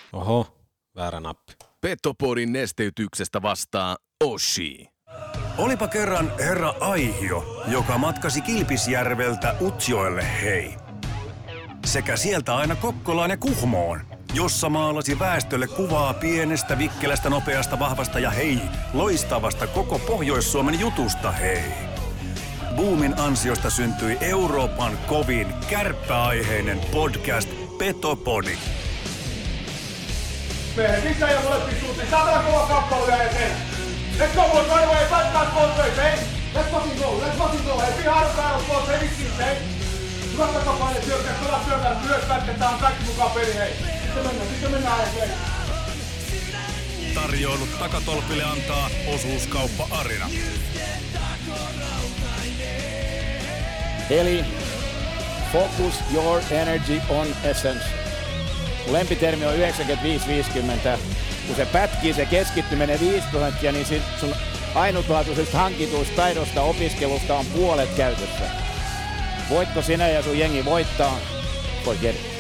Oho, väärä nappi. Petopodin nesteytyksestä vastaa Oshi. Olipa kerran herra Aihio, joka matkasi Kilpisjärveltä Utsjoelle hei. Sekä sieltä aina Kokkolaan ja Kuhmoon, jossa maalasi väestölle kuvaa pienestä, vikkelästä, nopeasta, vahvasta ja hei, loistavasta koko Pohjois-Suomen jutusta hei. Boomin ansiosta syntyi Euroopan kovin kärppäaiheinen podcast Petopodi. Sisään ja molempiin suuntiin. Saatana kova kappale vielä eteen. Let's go, boys, right away. Back both ways, hey. Let's fucking go. Hey, be hard on battle, boys. Hey, vittiin, hey. Hyvät takapaine, syökkää, pelaa syökkää, myös pätketään kaikki mukaan peli, hei. Sitten mennään eteen. Tarjoilut takatolpille antaa Osuuskauppa Arina. Eli focus your energy on essence. Lempitermi on 95-50. Kun se pätkii, se keskittyminen 5%, niin sun ainutlaatuisesta hankituista taidosta opiskelusta on puolet käytössä. Voitko sinä ja sun jengi voittaa? Forget it.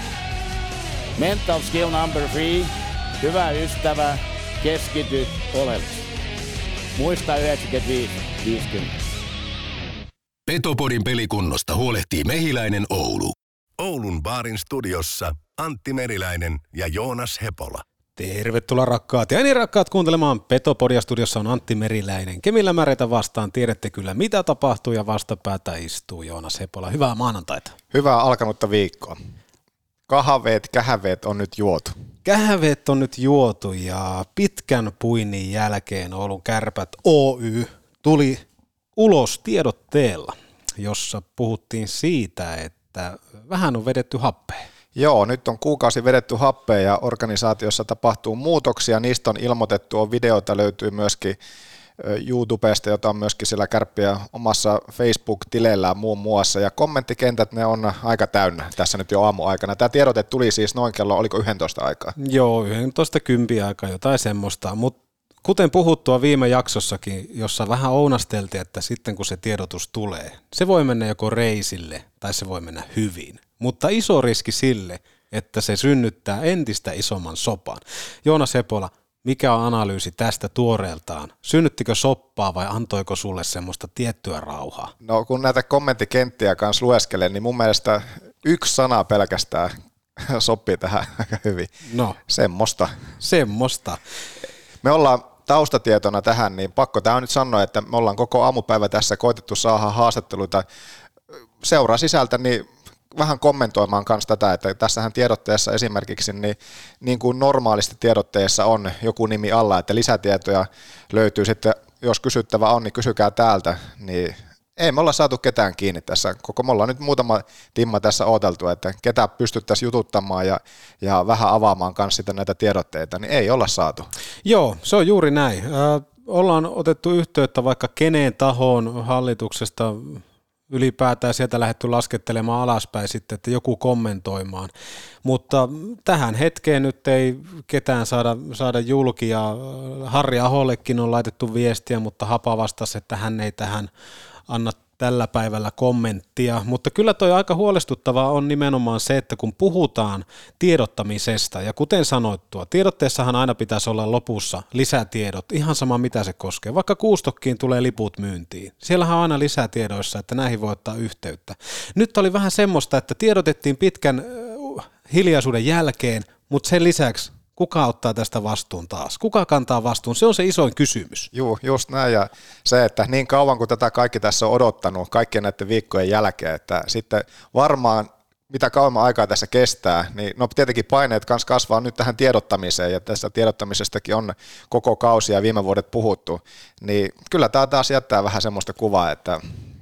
Mental skill number 3. Hyvä ystävä, keskity oleellisesti. Muista 95-50. Petopodin pelikunnosta huolehtii Mehiläinen Oulu. Oulun baarin studiossa Antti Meriläinen ja Joonas Hepola. Tervetuloa rakkaat ja niin rakkaat kuuntelemaan Petopodia. Studiossa on Antti Meriläinen. Kemillä märeitä vastaan tiedätte kyllä mitä tapahtuu ja vastapäätä istuu Joonas Hepola. Hyvää maanantaita. Hyvää alkanutta viikkoa. Kähäveet on nyt juotu. Kähäveet on nyt juotu ja pitkän puinnin jälkeen Oulun Kärpät Oy tuli ulos tiedotteella, jossa puhuttiin siitä, että vähän on vedetty happea. Joo, nyt on kuukausi vedetty happea ja organisaatiossa tapahtuu muutoksia. Niistä on ilmoitettu, videota löytyy myöskin YouTubesta, jota on myöskin siellä Kärppiä omassa Facebook-tileillään muun muassa. Ja kommenttikentät, ne on aika täynnä tässä nyt jo aamuaikana. Tämä tiedote tuli siis noin kello, oliko 11 aikaa? Joo, 11:10 aikaa, jotain semmoista. Mutta kuten puhuttua viime jaksossakin, jossa vähän ounasteltiin, että sitten kun se tiedotus tulee, se voi mennä joko reisille tai se voi mennä hyvin. Mutta iso riski sille, että se synnyttää entistä isomman sopan. Joonas Hepola, mikä on analyysi tästä tuoreeltaan? Synnyttikö soppaa vai antoiko sulle semmoista tiettyä rauhaa? No kun näitä kommenttikenttiä kanssa lueskelen, niin mun mielestä yksi sana pelkästään sopii tähän aika hyvin. No. Semmosta. Me ollaan taustatietona tähän, niin pakko tämä on nyt sanoa, että me ollaan koko aamupäivä tässä koitettu saada haastatteluita seuraa sisältä, niin vähän kommentoimaan kanssa tätä, että tässähän tiedotteessa esimerkiksi niin kuin normaalisti tiedotteessa on joku nimi alla, että lisätietoja löytyy sitten, jos kysyttävä on, niin kysykää täältä, niin ei me olla saatu ketään kiinni tässä, me ollaan nyt muutama timma tässä odoteltu, että ketä pystyttäisiin jututtamaan ja vähän avaamaan kanssa sitten näitä tiedotteita, niin ei olla saatu. Joo, se on juuri näin. Ollaan otettu yhteyttä vaikka keneen tahoon hallituksesta, ylipäätään sieltä lähdetty laskettelemaan alaspäin sitten, että joku kommentoimaan, mutta tähän hetkeen nyt ei ketään saada julki ja Harri Ahollekin on laitettu viestiä, mutta Hapa vastasi, että hän ei tähän anna tällä päivällä kommenttia, mutta kyllä toi aika huolestuttavaa on nimenomaan se, että kun puhutaan tiedottamisesta, ja kuten sanottua, tiedotteessahan aina pitäisi olla lopussa lisätiedot, ihan sama mitä se koskee, vaikka Kuustokkiin tulee liput myyntiin, siellähän on aina lisätiedoissa, että näihin voi ottaa yhteyttä. Nyt oli vähän semmoista, että tiedotettiin pitkän hiljaisuuden jälkeen, mutta sen lisäksi kuka ottaa tästä vastuun taas? Kuka kantaa vastuun? Se on se isoin kysymys. Joo, just näin. Ja se, että niin kauan kuin tätä kaikki tässä on odottanut, kaikkien näiden viikkojen jälkeen, että sitten varmaan mitä kauemman aikaa tässä kestää, niin no tietenkin paineet kanssa kasvaa nyt tähän tiedottamiseen, ja tästä tiedottamisestakin on koko kausi ja viime vuodet puhuttu, niin kyllä tämä taas jättää vähän semmoista kuvaa, että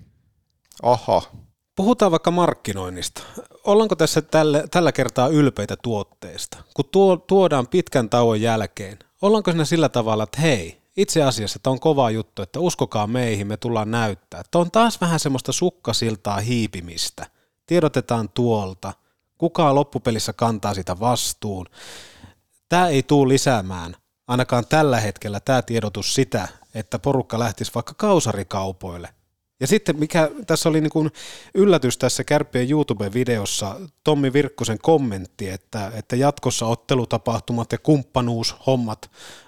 oho. Puhutaan vaikka markkinoinnista. Ollaanko tässä tällä kertaa ylpeitä tuotteesta? Kun tuodaan pitkän tauon jälkeen, ollaanko siinä sillä tavalla, että hei, itse asiassa tämä on kova juttu, että uskokaa meihin, me tullaan näyttää. Tämä on taas vähän semmoista sukkasiltaa hiipimistä. Tiedotetaan tuolta, kuka loppupelissä kantaa sitä vastuun. Tämä ei tule lisäämään, ainakaan tällä hetkellä tämä tiedotus sitä, että porukka lähtisi vaikka kausarikaupoille Ja sitten mikä tässä oli niin kuin yllätys tässä Kärppien YouTube-videossa, Tommi Virkkusen kommentti, että jatkossa ottelutapahtumat ja kumppanuushommat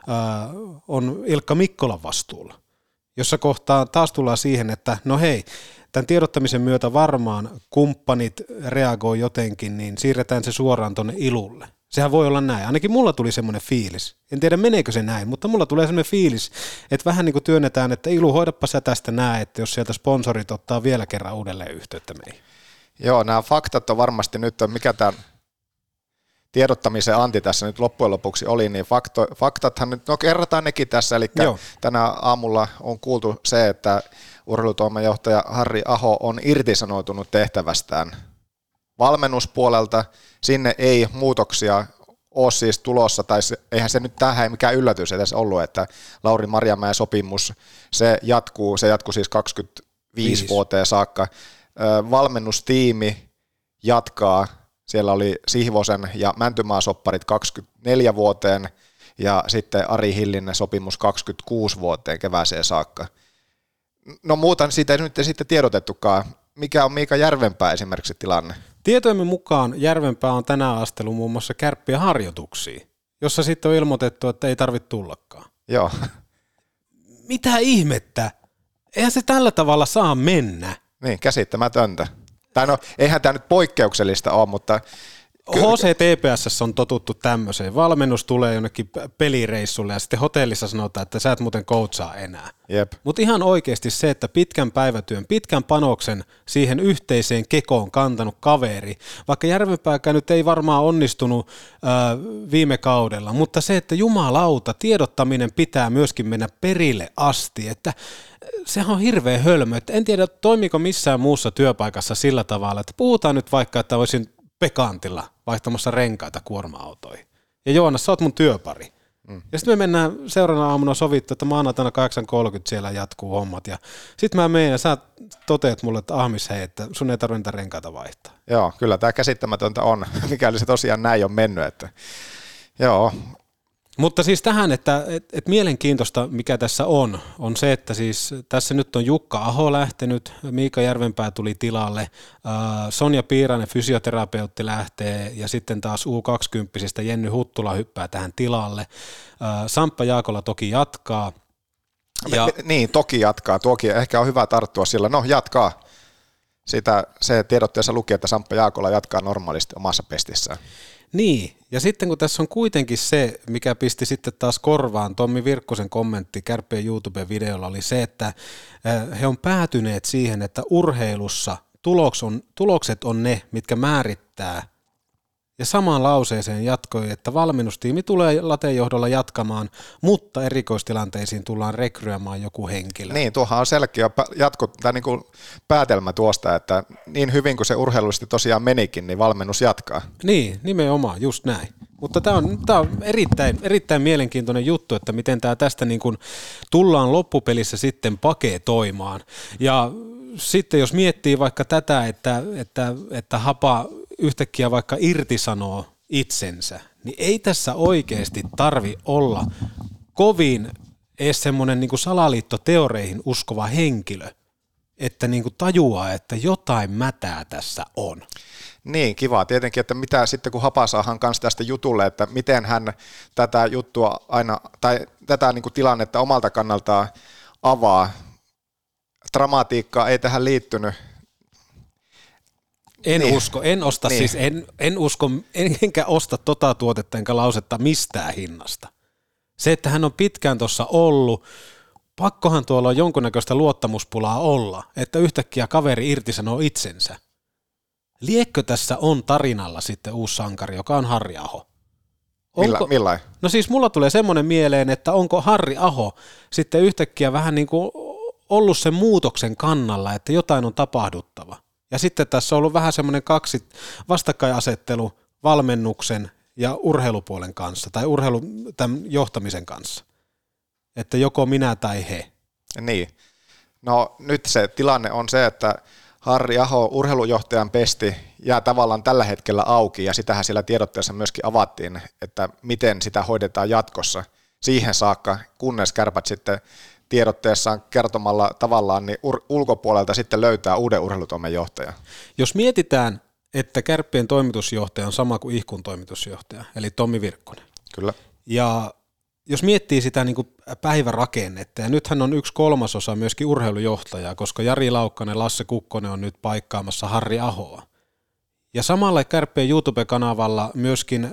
on Ilkka Mikkolan vastuulla. Jossa kohtaa taas tullaan siihen, että no hei, tämän tiedottamisen myötä varmaan kumppanit reagoi jotenkin, niin siirretään se suoraan tuonne Ilulle. Sehän voi olla näin. Ainakin mulla tuli semmoinen fiilis. En tiedä meneekö se näin, mutta mulla tulee semmoinen fiilis, että vähän niin kuin työnnetään, että Ilu, hoidappa sä tästä näin, että jos sieltä sponsorit ottaa vielä kerran uudelleen yhteyttä meihin. Joo, nämä faktat on varmasti nyt, mikä tämä tiedottamisen anti tässä nyt loppujen lopuksi oli, niin faktathan nyt, no kerrataan nekin tässä, eli tänä aamulla on kuultu se, että urheilutoimenjohtaja Harri Aho on irtisanoutunut tehtävästään valmennuspuolelta, sinne ei muutoksia ole siis tulossa, tai eihän se nyt tähän mikään yllätys edes ollut, että Lauri Marjamäen sopimus, se jatkuu siis 25 vuoteen saakka, valmennustiimi jatkaa, siellä oli Sihvosen ja Mäntymaa-sopparit 24 vuoteen, ja sitten Ari Hillinen sopimus 26 vuoteen kevääseen saakka. No muuta siitä ei nyt sitten tiedotettukaan. Mikä on Miika Järvenpää esimerkiksi tilanne? Tietojemme mukaan Järvenpää on tänään astellut muun muassa Kärppien harjoituksiin, jossa sitten on ilmoitettu, että ei tarvitse tullakaan. Joo. Mitä ihmettä? Eihän se tällä tavalla saa mennä. Niin, käsittämätöntä. Tai no, eihän tämä nyt poikkeuksellista ole, mutta HCTPS:ssä on totuttu tämmöiseen. Valmennus tulee jonnekin pelireissulle ja sitten hotellissa sanotaan, että sä et muuten coachaa enää. Mutta ihan oikeasti se, että pitkän päivätyön, pitkän panoksen siihen yhteiseen kekoon kantanut kaveri, vaikka Järvenpääkään nyt ei varmaan onnistunut viime kaudella, mutta se, että jumalauta, tiedottaminen pitää myöskin mennä perille asti, että sehän on hirveän hölmö. En tiedä, toimiko missään muussa työpaikassa sillä tavalla, että puhutaan nyt vaikka, että voisin Pekantilla vaihtamassa renkaita kuorma-autoihin. Ja Joonas, sä oot mun työpari. Ja sitten me mennään seuraavana aamuna sovittu, että maanantaina 8.30 siellä jatkuu hommat. Ja sitten mä menen ja sä toteat mulle, että Ahmis hei, että sun ei tarvitse niitä renkaita vaihtaa. Joo, kyllä tämä käsittämätöntä on, mikäli se tosiaan näin on mennyt. Että joo. Mutta siis tähän, että mielenkiintoista mikä tässä on se, että siis tässä nyt on Jukka Aho lähtenyt, Miika Järvenpää tuli tilalle, Sonja Piirainen fysioterapeutti lähtee ja sitten taas U20 Jenny Huttula hyppää tähän tilalle. Samppa Jaakola toki jatkaa. Niin, toki jatkaa. Tuokin ehkä on hyvä tarttua sillä. No, jatkaa. Se tiedotteessa luki, että Samppa Jaakola jatkaa normaalisti omassa pestissään. Niin, ja sitten kun tässä on kuitenkin se, mikä pisti sitten taas korvaan, Tommi Virkkusen kommentti Kärppien YouTube-videolla oli se, että he on päätyneet siihen, että urheilussa tulokset on ne, mitkä määrittää. Ja samaan lauseeseen jatkoi, että valmennustiimi tulee Lateen johdolla jatkamaan, mutta erikoistilanteisiin tullaan rekryämään joku henkilö. Niin, tuohan on selkeä niin kuin päätelmä tuosta, että niin hyvin kuin se urheilullisesti tosiaan menikin, niin valmennus jatkaa. Niin, nimenomaan, just näin. Mutta tämä on erittäin mielenkiintoinen juttu, että miten tämä tästä niin kuin tullaan loppupelissä sitten paketoimaan. Ja sitten jos miettii vaikka tätä, että Hapa yhtäkkiä vaikka irtisanoo itsensä, niin ei tässä oikeasti tarvi olla kovin edes semmoinen niin kuin salaliittoteoreihin uskova henkilö, että niin kuin tajuaa, että jotain mätää tässä on. Niin, kiva. Tietenkin, että mitä sitten kun Hapa saahan kanssa tästä jutulle, että miten hän tätä juttua aina, tai tätä niin kuin tilannetta omalta kannaltaan avaa. Dramatiikkaa ei tähän liittynyt. En usko, enkä osta tota tuotetta enkä lausetta mistään hinnasta. Se, että hän on pitkään tuossa ollut, pakkohan tuolla on jonkunnäköistä luottamuspulaa olla, että yhtäkkiä kaveri irtisanoo itsensä. Liekkö tässä on tarinalla sitten uusi sankari, joka on Harri Aho? Millain? No siis mulla tulee semmoinen mieleen, että onko Harri Aho sitten yhtäkkiä vähän niin kuin ollut sen muutoksen kannalla, että jotain on tapahduttava. Ja sitten tässä on ollut vähän semmoinen vastakkainasettelu valmennuksen ja urheilupuolen kanssa, tai tämän johtamisen kanssa. Että joko minä tai he. Niin. No nyt se tilanne on se, että Harri Aho, urheilujohtajan pesti, jää tavallaan tällä hetkellä auki, ja sitähän siellä tiedotteessa myöskin avattiin, että miten sitä hoidetaan jatkossa siihen saakka, kunnes Kärpät sitten tiedotteessaan kertomalla tavallaan niin ulkopuolelta sitten löytää uuden urheilutoimen johtajan. Jos mietitään, että Kärppien toimitusjohtaja on sama kuin IHKun toimitusjohtaja, eli Tommi Virkkunen. Kyllä. Ja jos miettii sitä niin kuin päivärakennetta, ja nythän on 1/3 myöskin urheilujohtajaa, koska Jari Laukkanen, Lasse Kukkonen on nyt paikkaamassa Harri Ahoa. Ja samalla Kärppien YouTube-kanavalla myöskin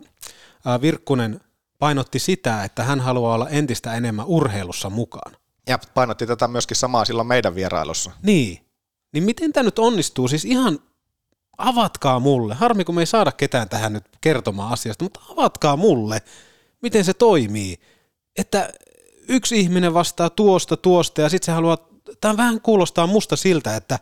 Virkkunen painotti sitä, että hän haluaa olla entistä enemmän urheilussa mukaan. Ja painotti tätä myöskin samaa silloin meidän vierailussa. Niin miten tämä nyt onnistuu? Siis ihan avatkaa mulle. Harmi, kun me ei saada ketään tähän nyt kertomaan asiasta, mutta avatkaa mulle, miten se toimii. Että yksi ihminen vastaa tuosta ja sitten se haluaa, tämä vähän kuulostaa musta siltä, että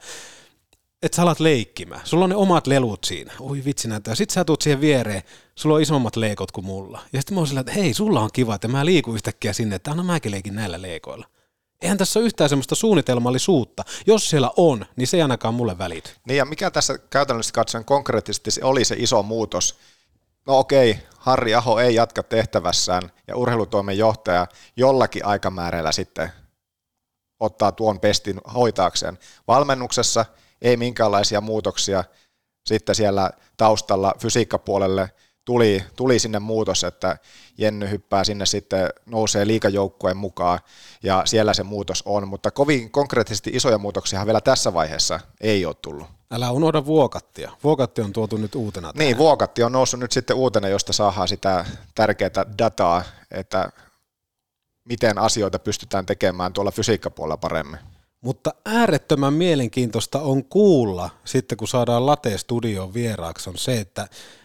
sä alat leikkimään. Sulla on ne omat lelut siinä. Oi vitsi näyttää. Sitten sä tuut siihen viereen, sulla on isommat leikot kuin mulla. Ja sitten mä oon sillä, että hei, sulla on kiva, että mä liikun yhtäkkiä sinne, että anna mäkin leikin näillä leikoilla. Eihän tässä ole yhtään semmoista suunnitelmallisuutta. Jos siellä on, niin se ei ainakaan mulle välity. Niin ja mikä tässä käytännössä katsoen konkreettisesti oli se iso muutos? No okei, Harri Aho ei jatka tehtävässään ja urheilutoimen johtaja jollakin aikamäärällä sitten ottaa tuon pestin hoitaakseen. Valmennuksessa ei minkäänlaisia muutoksia. Sitten siellä taustalla fysiikkapuolelle tuli sinne muutos, että Jenny hyppää sinne sitten, nousee liigajoukkueen mukaan ja siellä se muutos on, mutta kovin konkreettisesti isoja muutoksia vielä tässä vaiheessa ei ole tullut. Älä unohda Vuokattia. Vuokatti on tuotu nyt uutena. Niin, Vuokatti on noussut nyt sitten uutena, josta saadaan sitä tärkeää dataa, että miten asioita pystytään tekemään tuolla fysiikkapuolella paremmin. Mutta äärettömän mielenkiintoista on kuulla, sitten kun saadaan Late-studioon vieraaksi, on se, että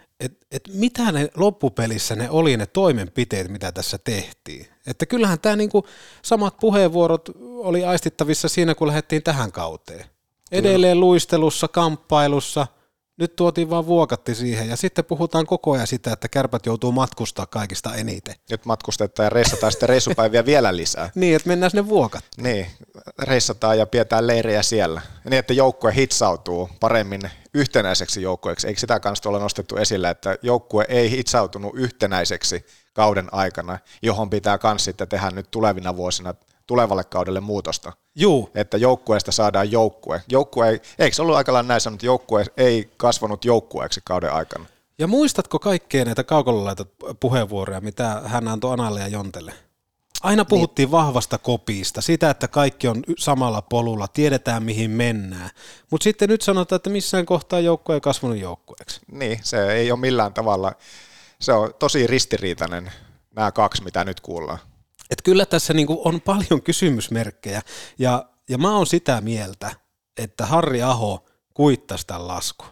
mitä ne loppupelissä ne oli ne toimenpiteet, mitä tässä tehtiin. Että kyllähän tämä niinku samat puheenvuorot oli aistittavissa siinä, kun lähdettiin tähän kauteen. Edelleen luistelussa, kamppailussa, nyt tuotiin vaan Vuokatti siihen ja sitten puhutaan koko ajan sitä, että Kärpät joutuu matkustaa kaikista eniten. Nyt matkustetaan ja reissataan sitten reissupäiviä vielä lisää. Niin, että mennään sinne Vuokattiin. Niin, reissataan ja pidetään leirejä siellä. Niin, että joukkue hitsautuu paremmin yhtenäiseksi joukkueeksi. Eikö sitä kanssa olla nostettu esille, että joukkue ei hitsautunut yhtenäiseksi kauden aikana, johon pitää myös sitten tehdä nyt tulevina vuosina tulevalle kaudelle muutosta. Juu. Että joukkueesta saadaan joukkue. Eikö se ollut aika lailla näin sanonut, että joukkue ei kasvanut joukkueeksi kauden aikana? Ja muistatko kaikkea näitä kaukololaitat puheenvuoroja, mitä hän antoi Analle ja Jontelle? Aina puhuttiin vahvasta kopiista, sitä, että kaikki on samalla polulla, tiedetään mihin mennään. Mutta sitten nyt sanotaan, että missään kohtaa joukkue ei kasvanut joukkueeksi. Niin, se ei ole millään tavalla, se on tosi ristiriitainen nämä kaksi, mitä nyt kuullaan. Et kyllä tässä niinku on paljon kysymysmerkkejä ja mä oon sitä mieltä, että Harri Aho kuittasi tämän laskun.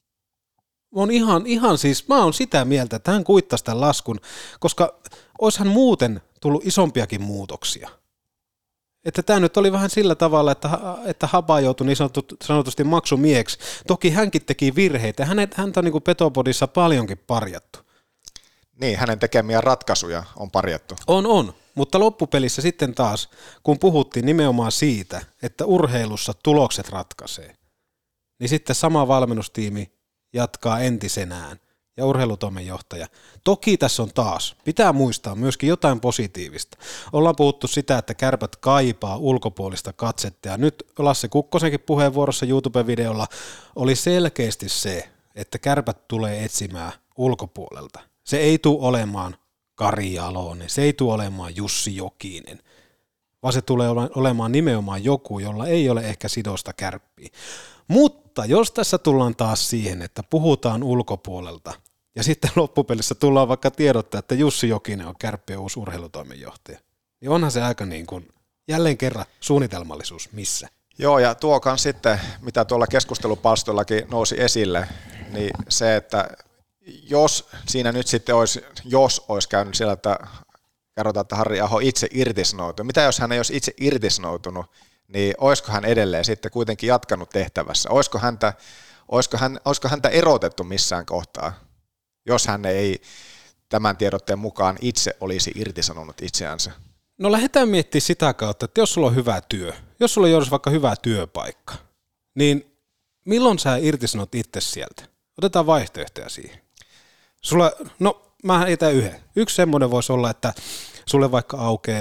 Mä oon sitä mieltä, että hän kuittasi tämän laskun, koska oishan muuten tullut isompiakin muutoksia. Että tämä nyt oli vähän sillä tavalla, että Haba joutui niin sanotusti maksumieksi. Toki hänkin teki virheitä, häntä on niin kuin Petopodissa paljonkin parjattu. Niin, hänen tekemiä ratkaisuja on parjattu. On, mutta loppupelissä sitten taas, kun puhuttiin nimenomaan siitä, että urheilussa tulokset ratkaisee, niin sitten sama valmennustiimi jatkaa entisenään ja urheilutoimenjohtaja. Toki tässä on taas, pitää muistaa myöskin jotain positiivista. Ollaan puhuttu sitä, että Kärpät kaipaa ulkopuolista katsetta ja nyt Lasse Kukkosenkin puheenvuorossa YouTube-videolla oli selkeästi se, että Kärpät tulee etsimään ulkopuolelta. Se ei tule olemaan Kari Jalonen, se ei tule olemaan Jussi Jokinen, vaan se tulee olemaan nimenomaan joku, jolla ei ole ehkä sidosta Kärppiin. Mutta jos tässä tullaan taas siihen, että puhutaan ulkopuolelta ja sitten loppupelissä tullaan vaikka tiedottaa, että Jussi Jokinen on Kärppien uusi urheilutoimenjohtaja, niin onhan se aika niin kuin jälleen kerran suunnitelmallisuus missä. Joo, ja tuokaan sitten, mitä tuolla keskustelupalstollakin nousi esille, niin se, että jos siinä nyt sitten olisi käynyt siellä, että kerrotaan, että Harri Aho itse irtisanoutunut. Mitä jos hän ei olisi itse irtisanoutunut, niin olisiko hän edelleen sitten kuitenkin jatkanut tehtävässä? Olisiko häntä erotettu missään kohtaa, jos hän ei tämän tiedotteen mukaan itse olisi irtisanonut itseänsä? No lähdetään miettimään sitä kautta, että jos sulla on hyvä työ, jos sulla on vaikka hyvä työpaikka, niin milloin sä irtisanot itse sieltä? Otetaan vaihtoehtoja siihen. Mä heitän yhden. Yksi semmoinen voisi olla, että sulle vaikka aukeaa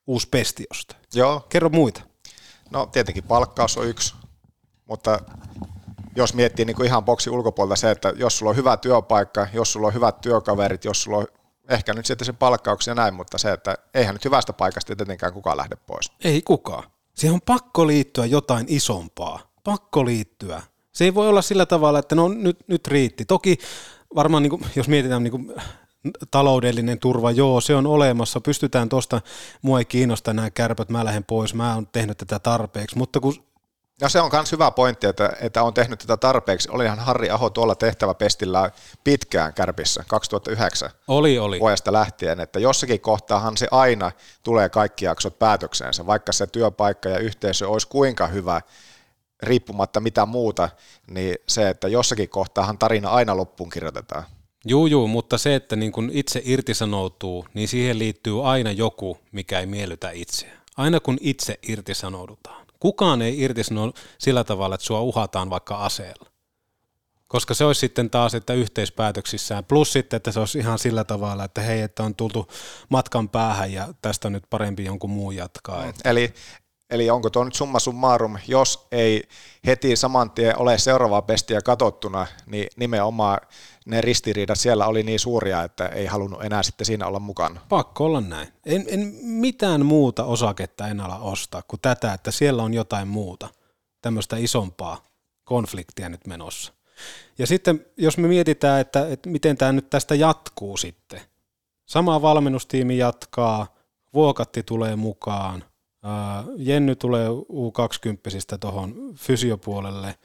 uusi pestiosta? Joo. Kerro muita. No tietenkin palkkaus on yksi, mutta jos miettii niin kuin ihan boksi ulkopuolelta se, että jos sulla on hyvä työpaikka, jos sulla on hyvät työkaverit, jos sulla on ehkä nyt sitten se palkkauksia ja näin, mutta se, että eihän nyt hyvästä paikasta tietenkään kukaan lähde pois. Ei kukaan. Siihen on pakko liittyä jotain isompaa. Pakko liittyä. Se ei voi olla sillä tavalla, että no nyt riitti. Toki varmaan niin kuin, jos mietitään niin kuin taloudellinen turva, joo, se on olemassa. Pystytään tuosta, mua ei kiinnosta nämä kärpät, mä lähden pois, mä oon tehnyt tätä tarpeeksi, mutta kun... No se on myös hyvä pointti, että on tehnyt tätä tarpeeksi. Olihan Harri Aho tuolla tehtäväpestillä pitkään Kärpissä, 2009 Oli. vuodesta lähtien, että jossakin kohtaahan se aina tulee kaikki jaksot päätökseensä, vaikka se työpaikka ja yhteisö olisi kuinka hyvä, riippumatta mitä muuta, niin se, että jossakin kohtaahan tarina aina loppuun kirjoitetaan. Juu, mutta se, että niin kun itse irtisanoutuu, niin siihen liittyy aina joku, mikä ei miellytä itseä. Aina kun itse irtisanoudutaan. Kukaan ei irtisanoudu sillä tavalla, että sua uhataan vaikka aseella. Koska se olisi sitten taas, että yhteispäätöksissään, plus sitten, että se olisi ihan sillä tavalla, että hei, että on tultu matkan päähän ja tästä on nyt parempi jonkun muun jatkaa. Eli onko tuo nyt summa summarum, jos ei heti saman tien ole seuraavaa pestiä katsottuna, niin nimenomaan ne ristiriidat siellä oli niin suuria, että ei halunnut enää sitten siinä olla mukana. Pakko olla näin. En mitään muuta osaketta en ala ostaa kuin tätä, että siellä on jotain muuta, tämmöistä isompaa konfliktia nyt menossa. Ja sitten jos me mietitään, että miten tämä nyt tästä jatkuu sitten. Sama valmennustiimi jatkaa, Vuokatti tulee mukaan, Jenny tulee U20 tuohon fysiopuolelle,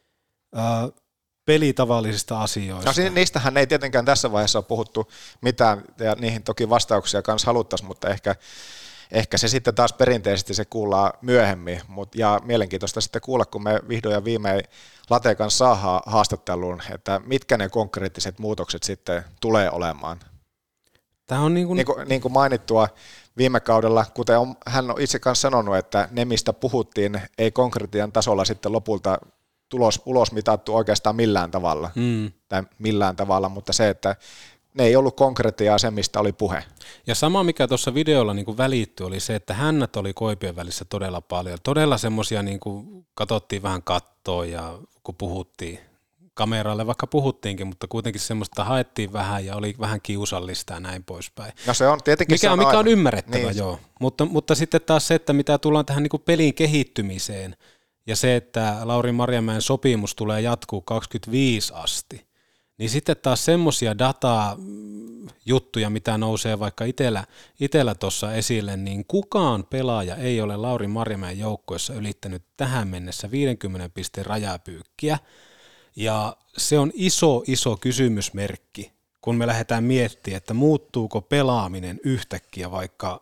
pelitavallisista asioista. No niistähän ei tietenkään tässä vaiheessa ole puhuttu mitään, ja niihin toki vastauksia kanssa haluttaisiin, mutta ehkä se sitten taas perinteisesti se kuullaan myöhemmin, ja mielenkiintoista sitten kuulla, kun me vihdoin ja viimein Late kanssa saadaan haastatteluun, että mitkä ne konkreettiset muutokset sitten tulee olemaan. Tämä on niin kuin mainittua viime kaudella, kuten hän on itse kanssa sanonut, että ne mistä puhuttiin ei konkretian tasolla sitten lopulta ulos mitattu oikeastaan millään tavalla, mutta se, että ne ei ollut konkretiaa se, mistä oli puhe. Ja sama, mikä tuossa videolla niin kuin välittyi, oli se, että hännät oli koipien välissä todella paljon. Todella semmoisia, niin kuin katsottiin vähän kattoa ja kun puhuttiin kameralle, vaikka puhuttiinkin, mutta kuitenkin semmoista haettiin vähän ja oli vähän kiusallista ja näin poispäin. No se on tietenkin mikä on ymmärrettävä, niin. Joo. Mutta sitten taas se, että mitä tullaan tähän niin kuin pelin kehittymiseen ja se, että Lauri Marjamäen sopimus tulee jatkuu 25 asti, niin sitten taas semmoisia datajuttuja, mitä nousee vaikka itsellä tuossa esille, niin kukaan pelaaja ei ole Lauri Marjamäen joukkueessa ylittänyt tähän mennessä 50 pisteen rajapyykkiä. Ja se on iso kysymysmerkki, kun me lähdetään miettimään, että muuttuuko pelaaminen yhtäkkiä vaikka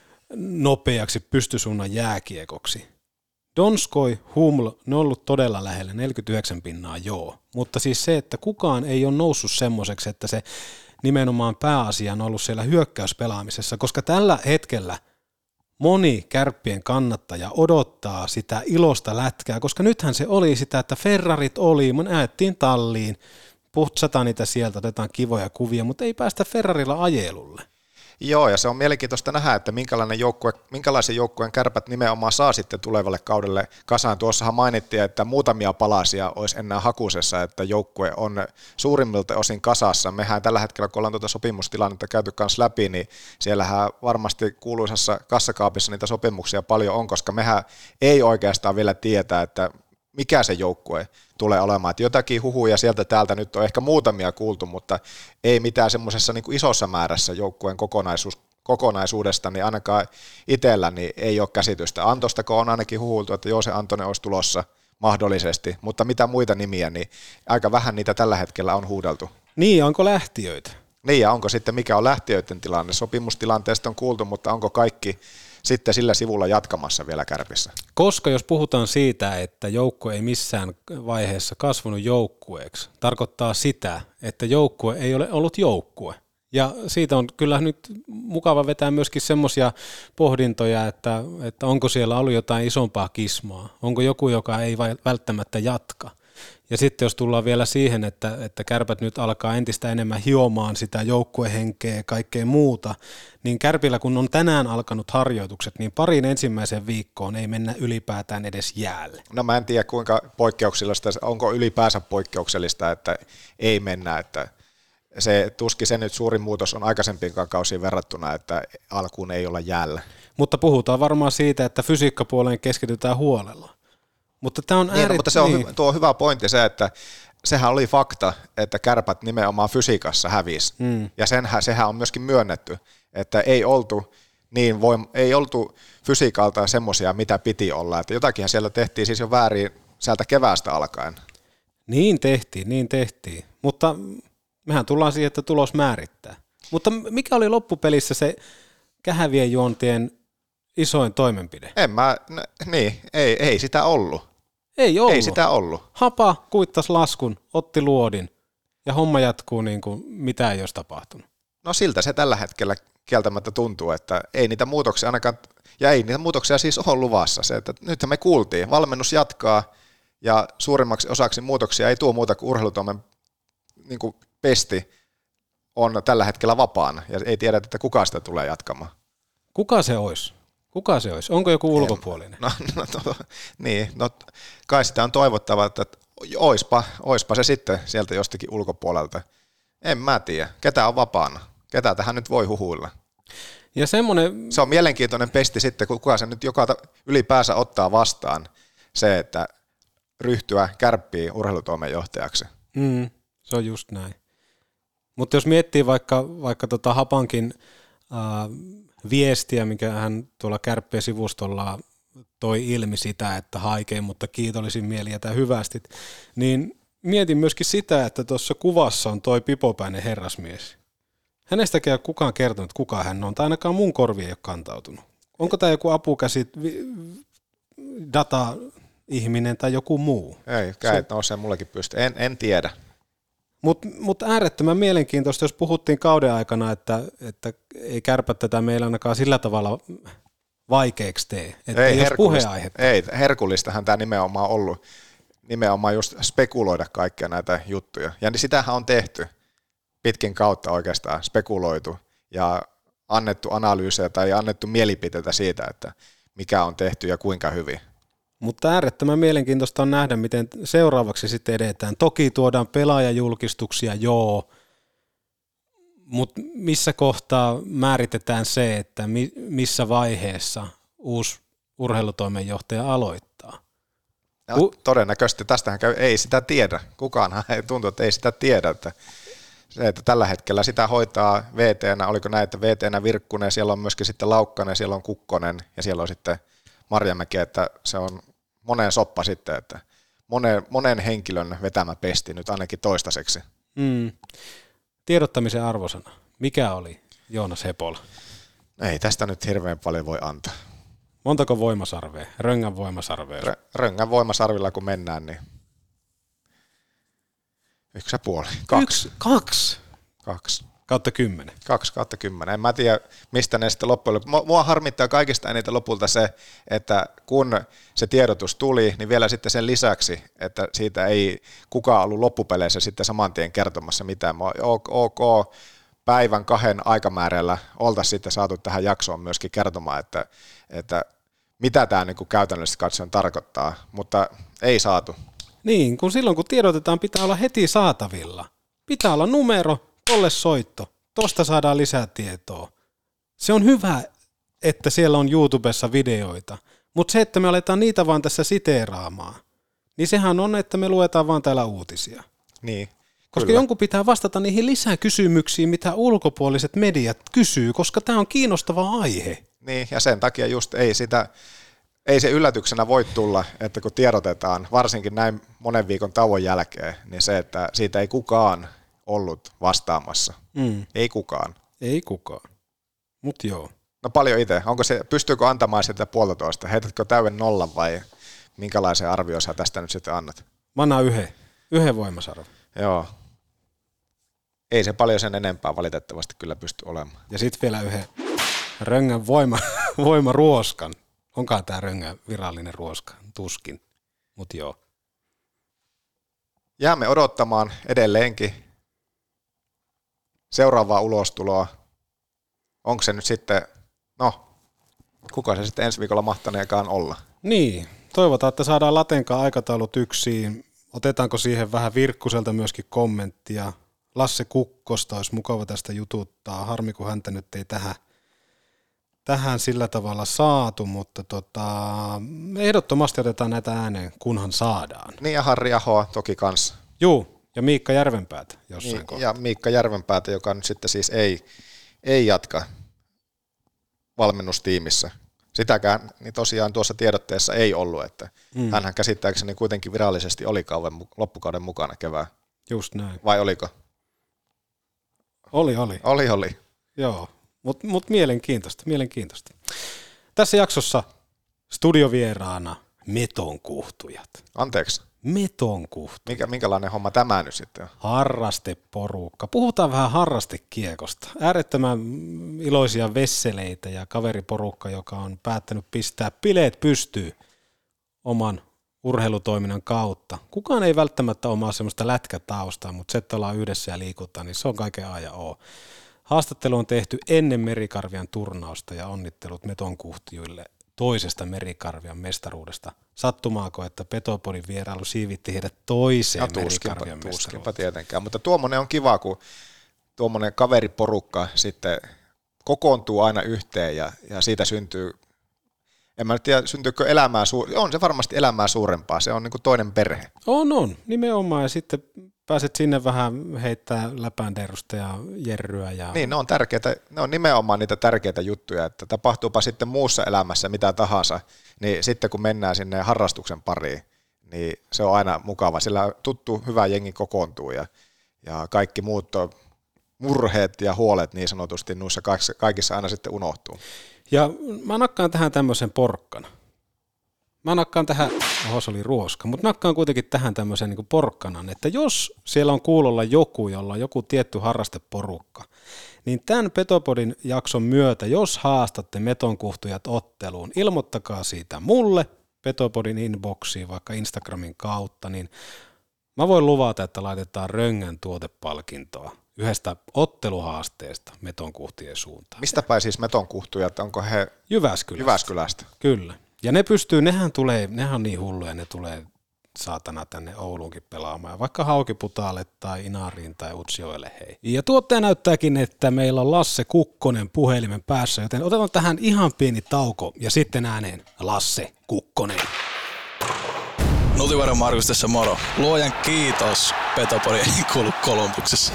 nopeaksi pystysuunnan jääkiekoksi. Donskoi, Huml, ne on ollut todella lähellä, 49 pinnaa joo, mutta siis se, että kukaan ei ole noussut semmoiseksi, että se nimenomaan pääasia on ollut siellä hyökkäyspelaamisessa, koska tällä hetkellä moni Kärppien kannattaja odottaa sitä ilosta lätkää, koska nythän se oli sitä, että Ferrarit oli, me ajettiin talliin, putsataan niitä sieltä, otetaan kivoja kuvia, mutta ei päästä Ferrarilla ajelulle. Joo, ja se on mielenkiintoista nähdä, että minkälaisen joukkueen Kärpät nimenomaan saa sitten tulevalle kaudelle kasaan. Tuossahan mainittiin, että muutamia palasia olisi enää hakusessa, että joukkue on suurimmilta osin kasassa. Mehän tällä hetkellä, kun ollaan tuota sopimustilannetta käyty kanssa läpi, niin siellähän varmasti kuuluisassa kassakaapissa niitä sopimuksia paljon on, koska mehän ei oikeastaan vielä tietää, että mikä se joukkue tulee olemaan. Että jotakin huhuja sieltä täältä nyt on ehkä muutamia kuultu, mutta ei mitään semmoisessa niin kuin isossa määrässä joukkueen kokonaisuudesta, niin ainakaan itsellä niin ei ole käsitystä. Antostako on ainakin huhultu, että Joose Antonen olisi tulossa mahdollisesti, mutta mitä muita nimiä, niin aika vähän niitä tällä hetkellä on huudeltu. Niin, onko lähtiöitä? Niin, ja onko sitten mikä on lähtiöiden tilanne? Sopimustilanteesta on kuultu, mutta onko kaikki sitten sillä sivulla jatkamassa vielä Kärpissä? Koska jos puhutaan siitä, että joukkue ei missään vaiheessa kasvanut joukkueeksi, tarkoittaa sitä, että joukkue ei ole ollut joukkue. Ja siitä on kyllä nyt mukava vetää myöskin semmoisia pohdintoja, että onko siellä ollut jotain isompaa kismaa, onko joku, joka ei välttämättä jatka. Ja sitten jos tullaan vielä siihen, että Kärpät nyt alkaa entistä enemmän hiomaan sitä joukkuehenkeä ja kaikkea muuta, niin Kärpillä kun on tänään alkanut harjoitukset, niin parin ensimmäiseen viikkoon ei mennä ylipäätään edes jäälle. No mä en tiedä kuinka poikkeuksellista, onko ylipäänsä poikkeuksellista, että ei mennä, että se tuskin se nyt suurin muutos on aikaisempiin kausiin verrattuna, että alkuun ei olla jäällä. Mutta puhutaan varmaan siitä, että fysiikkapuoleen keskitytään huolella. Mutta tämä on mutta se on, tuo on hyvä pointti se, että sehän oli fakta, että Kärpät nimenomaan fysiikassa hävisi. Ja sehän on myöskin myönnetty, että ei oltu fysiikalta semmoisia, mitä piti olla. Että jotakinhan siellä tehtiin siis jo väärin sieltä keväästä alkaen. Niin tehtiin. Mutta mehän tullaan siihen, että tulos määrittää. Mutta mikä oli loppupelissä se kähävien juontien isoin toimenpide? Ei sitä ollut. Ei sitä ollut. Hapa kuittas laskun, otti luodin ja homma jatkuu niin kuin mitään ei olisi tapahtunut. No siltä se tällä hetkellä kieltämättä tuntuu, että ei niitä muutoksia ainakaan, ja ei niitä muutoksia siis ole luvassa. Se, että nythän me kuultiin, valmennus jatkaa ja suurimmaksi osaksi muutoksia ei tuo muuta kuin urheilutoimen niin kuin pesti on tällä hetkellä vapaana ja ei tiedä, että kuka sitä tulee jatkamaan. Kuka se olisi? Onko joku ulkopuolinen? No kai sitä on toivottava, että oispa se sitten sieltä jostakin ulkopuolelta. En mä tiedä, ketä on vapaana, ketä tähän nyt voi huhuilla. Ja se on mielenkiintoinen pesti sitten, kuka se nyt joka ylipäänsä ottaa vastaan se, että ryhtyä Kärppiin urheilutoimenjohtajaksi. Se on just näin. Mutta jos miettii vaikka Hapankin viestiä, mikä hän tuolla Kärppien sivustolla toi ilmi sitä, että haikeen, mutta kiitollisin mieli jätä hyvästit, niin mietin myöskin sitä, että tuossa kuvassa on toi pipopäinen herrasmies. Hänestäkään ei ole kukaan kertonut, kuka hän on, tai ainakaan mun korvi ei ole kantautunut. Onko tämä joku apukäsit, data-ihminen tai joku muu? Ei, kädet nousee mullekin pystyyn. En tiedä. Mutta äärettömän mielenkiintoista, jos puhuttiin kauden aikana, että ei Kärpät tätä meillä ainakaan sillä tavalla vaikeaksi tee, että ei olisi puheenaihetta. Ei, herkullistahan tämä nimenomaan ollut, nimenomaan just spekuloida kaikkia näitä juttuja. Ja niin sitähän on tehty pitkin kautta oikeastaan, spekuloitu ja annettu analyysejä tai annettu mielipiteitä siitä, että mikä on tehty ja kuinka hyvin. Mutta äärettömän mielenkiintoista on nähdä, miten seuraavaksi sitten edetään. Toki tuodaan pelaajajulkistuksia, joo, mutta missä kohtaa määritetään se, että missä vaiheessa uusi urheilutoimenjohtaja aloittaa? Todennäköisesti tästähän ei sitä tiedä. Kukaanhan ei tuntu, että ei sitä tiedä. Että se, että tällä hetkellä sitä hoitaa VT:nä, oliko näin, että VT:nä Virkkunen, siellä on myöskin sitten Laukkanen, siellä on Kukkonen ja siellä on sitten Marjamäki, että se on monen soppa sitten, että monen henkilön vetämä pesti nyt ainakin toistaiseksi. Tiedottamisen arvosana. Mikä oli Joonas Hepola? Ei tästä nyt hirveän paljon voi antaa. Montako voimasarvea? Röngän voimasarvea? Röngän voimasarvilla kun mennään, niin 1,5. 2. 2. Kautta 10. 2/10. En mä tiedä, mistä ne sitten loppujen lopuksi. Mua harmittaa kaikista eniten lopulta se, että kun se tiedotus tuli, niin vielä sitten sen lisäksi, että siitä ei kukaan ollut loppupeleissä sitten saman tien kertomassa mitään. OK, päivän 2 aikamäärällä oltaisiin sitten saatu tähän jaksoon myöskin kertomaan, että mitä tämä niin kuin käytännössä katsoen tarkoittaa, mutta ei saatu. Niin, kun silloin kun tiedotetaan, pitää olla heti saatavilla. Pitää olla numero, tolle soitto, tosta saadaan lisää tietoa. Se on hyvä, että siellä on YouTubessa videoita, mutta se, että me aletaan niitä vaan tässä siteeraamaan, niin sehän on, että me luetaan vaan täällä uutisia. Niin. Koska kyllä. jonkun pitää vastata niihin lisäkysymyksiin, mitä ulkopuoliset mediat kysyy, koska tämä on kiinnostava aihe. Niin, ja sen takia just ei se yllätyksenä voi tulla, että kun tiedotetaan, varsinkin näin monen viikon tauon jälkeen, niin se, että siitä ei kukaan ollut vastaamassa. Ei kukaan. Ei kukaan, mutta joo. No paljon itse. Pystyykö antamaan sitä 1,5? Heitätkö täyden 0 vai minkälaisen arvio sä tästä nyt sitten annat? Mä annan yhden voimasarvon. Joo. Ei se paljon sen enempää valitettavasti kyllä pysty olemaan. Ja sitten vielä yhden Röngän voimaruoskan. Onkaan tämä Röngän virallinen ruoska? Tuskin, mutta joo. Jäämme odottamaan edelleenkin seuraavaa ulostuloa. Onko se nyt sitten, kuka se sitten ensi viikolla mahtaneekaan olla? Niin, toivotaan, että saadaan Latenkaan aikataulut yksiin. Otetaanko siihen vähän Virkkuselta myöskin kommenttia. Lasse Kukkosta olisi mukava tästä jututtaa. Harmi, kun häntä nyt ei tähän sillä tavalla saatu, mutta ehdottomasti otetaan näitä ääneen, kunhan saadaan. Niin ja Harri Ahoa toki kanssa. Juu, ja Miikka Järvenpäätä jossain Niin, kohtaa. ja Miikka Järvenpäätä, joka nyt sitten siis ei jatka valmennustiimissä. Sitäkään niin tosiaan tuossa tiedotteessa ei ollut, että hänhän käsittääkseni kuitenkin virallisesti oli loppukauden mukana kevään. Just näin. Vai oliko? Oli. Oli. Joo, mutta mielenkiintoista. Tässä jaksossa studiovieraana metonkuhtujat. Anteeksi. Metonkuhtujat. Minkälainen homma tämä nyt sitten on? Harrasteporukka. Puhutaan vähän harrastekiekosta. Äärettömän iloisia vesseleitä ja kaveriporukka, joka on päättänyt pistää bileet pystyyn oman urheilutoiminnan kautta. Kukaan ei välttämättä omaa semmoista lätkätaustaa, mutta se, että ollaan yhdessä ja liikutaan, niin se on kaiken A ja O. Haastattelu on tehty ennen Merikarvian turnausta ja onnittelut metonkuhtijuille toisesta Merikarvian mestaruudesta. Sattumaako, että Petopodin vierailu siivitti heidät toiseen Merikarvian mestaruuteen? Tuskinpa tietenkään, mutta tuommoinen on kiva, kun tuommoinen kaveriporukka sitten kokoontuu aina yhteen ja siitä syntyy, en mä nyt tiedä, syntyykö elämää, on se varmasti elämää suurempaa, se on niin kuin toinen perhe. On, nimenomaan, ja sitten pääset sinne vähän heittää läpänderusta ja jerryä. Ja... Niin, ne on nimenomaan niitä tärkeitä juttuja, että tapahtuupa sitten muussa elämässä mitä tahansa, niin sitten kun mennään sinne harrastuksen pariin, niin se on aina mukava, sillä tuttu hyvä jengi kokoontuu ja kaikki muut murheet ja huolet niin sanotusti noissa kaikissa aina sitten unohtuu. Ja mä nakkaan tähän tämmöisen porkkana. Se oli ruoska, mutta nakkaan kuitenkin tähän tämmöisen niin porkkanan, että jos siellä on kuulolla jolla on joku tietty harrasteporukka, niin tämän Petopodin jakson myötä, jos haastatte metonkuhtujat otteluun, ilmoittakaa siitä mulle Petopodin inboxiin vaikka Instagramin kautta, niin mä voin luvata, että laitetaan Röngän tuotepalkintoa yhdestä otteluhaasteesta metonkuhtien suuntaan. Mistä päin siis metonkuhtujat, onko he Jyväskylästä? Kyllä. Ja nehän on niin hulluja, ne tulee saatana tänne Ouluunkin pelaamaan, ja vaikka Haukiputaalle tai Inariin tai Utsjoelle, hei. Ja tuottaja näyttääkin, että meillä on Lasse Kukkonen puhelimen päässä, joten otetaan tähän ihan pieni tauko ja sitten ääneen Lasse Kukkonen. Nutivaara Markus tässä moro. Luojan kiitos, Petopodi ei kuulu Kolumbuksessa.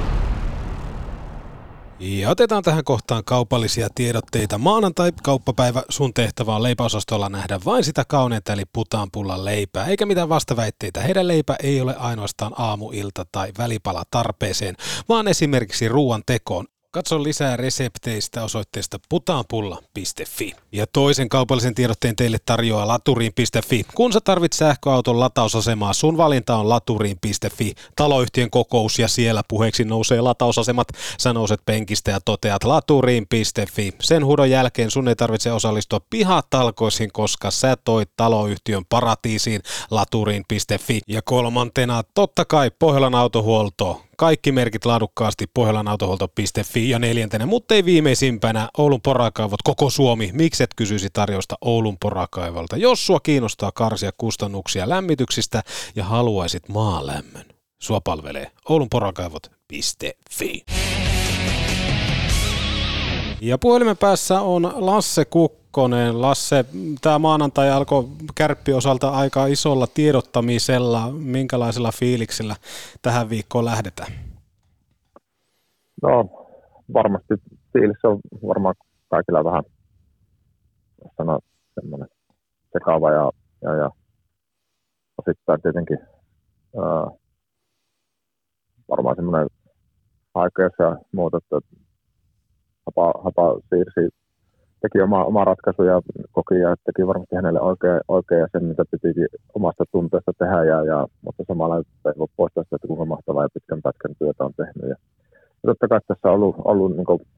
Ja otetaan tähän kohtaan kaupallisia tiedotteita. Maanantai-kauppapäivä, sun tehtävä on leipäosastolla nähdä vain sitä kauneinta eli Putaanpullan leipää, eikä mitään vastaväitteitä. Heidän leipä ei ole ainoastaan aamu, ilta tai välipala tarpeeseen, vaan esimerkiksi ruoan tekoon. Katso lisää resepteistä osoitteesta putaanpulla.fi. Ja toisen kaupallisen tiedotteen teille tarjoaa laturiin.fi. Kun sä tarvit sähköauton latausasemaa, sun valinta on laturiin.fi. Taloyhtiön kokous ja siellä puheeksi nousee latausasemat. Sä nouset penkistä ja toteat laturiin.fi. Sen huudon jälkeen sun ei tarvitse osallistua pihatalkoisiin, koska sä toit taloyhtiön paratiisiin laturiin.fi. Ja kolmantena totta kai Pohjolan autohuolto. Kaikki merkit laadukkaasti pohjolanautohuolto.fi ja neljäntenä, mutta ei viimeisimpänä Oulun porakaivot koko Suomi. Mikset kysyisi tarjosta Oulun porakaivolta, jos sua kiinnostaa karsia kustannuksia lämmityksistä ja haluaisit maalämmön. Sua palvelee oulunporakaivot.fi. Ja puhelimen päässä on Lasse Kukkonen. Lasse, tämä maanantai alkoi Kärppi osalta aika isolla tiedottamisella. Minkälaisella fiiliksellä tähän viikkoon lähdetään? No, varmasti fiilis on varmaan kaikilla vähän semmoinen sekava ja osittain tietenkin varmaan semmoinen aikeus ja muuta, että Hapa teki oma ratkaisu ja koki ja teki varmasti hänelle oikein ja sen, mitä pitikin omasta tunteesta tehdä, mutta samalla ei voi poistaa sitä, että kuinka mahtavaa ja pitkän pätkän työtä on tehnyt. Ja totta kai tässä on ollut niin kuin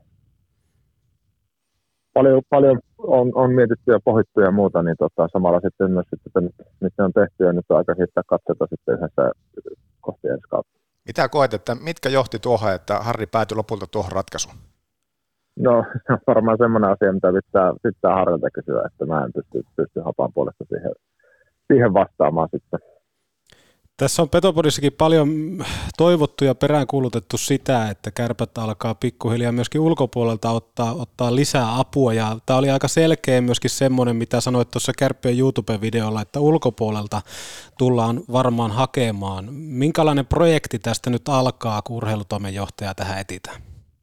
paljon on mietitty ja pohittu ja muuta, niin samalla sitten myös, että nyt ne on tehty ja nyt on aika siirtää katsota sitten yhdessä kohti ensi kautta. Mitä koet, että mitkä johti tuohon, että Harri päätyi lopulta tuohon ratkaisuun? No, se on varmaan semmoinen asia, mitä pitää Harrilta kysyä, että mä en pysty Hapan puolesta siihen vastaamaan sitten. Tässä on Petopodissakin paljon toivottu ja peräänkuulutettu sitä, että Kärpät alkaa pikkuhiljaa myöskin ulkopuolelta ottaa lisää apua, ja tämä oli aika selkeä myöskin semmoinen, mitä sanoit tuossa Kärppien YouTube-videolla, että ulkopuolelta tullaan varmaan hakemaan. Minkälainen projekti tästä nyt alkaa, kun urheilutoimenjohtaja tähän etitään?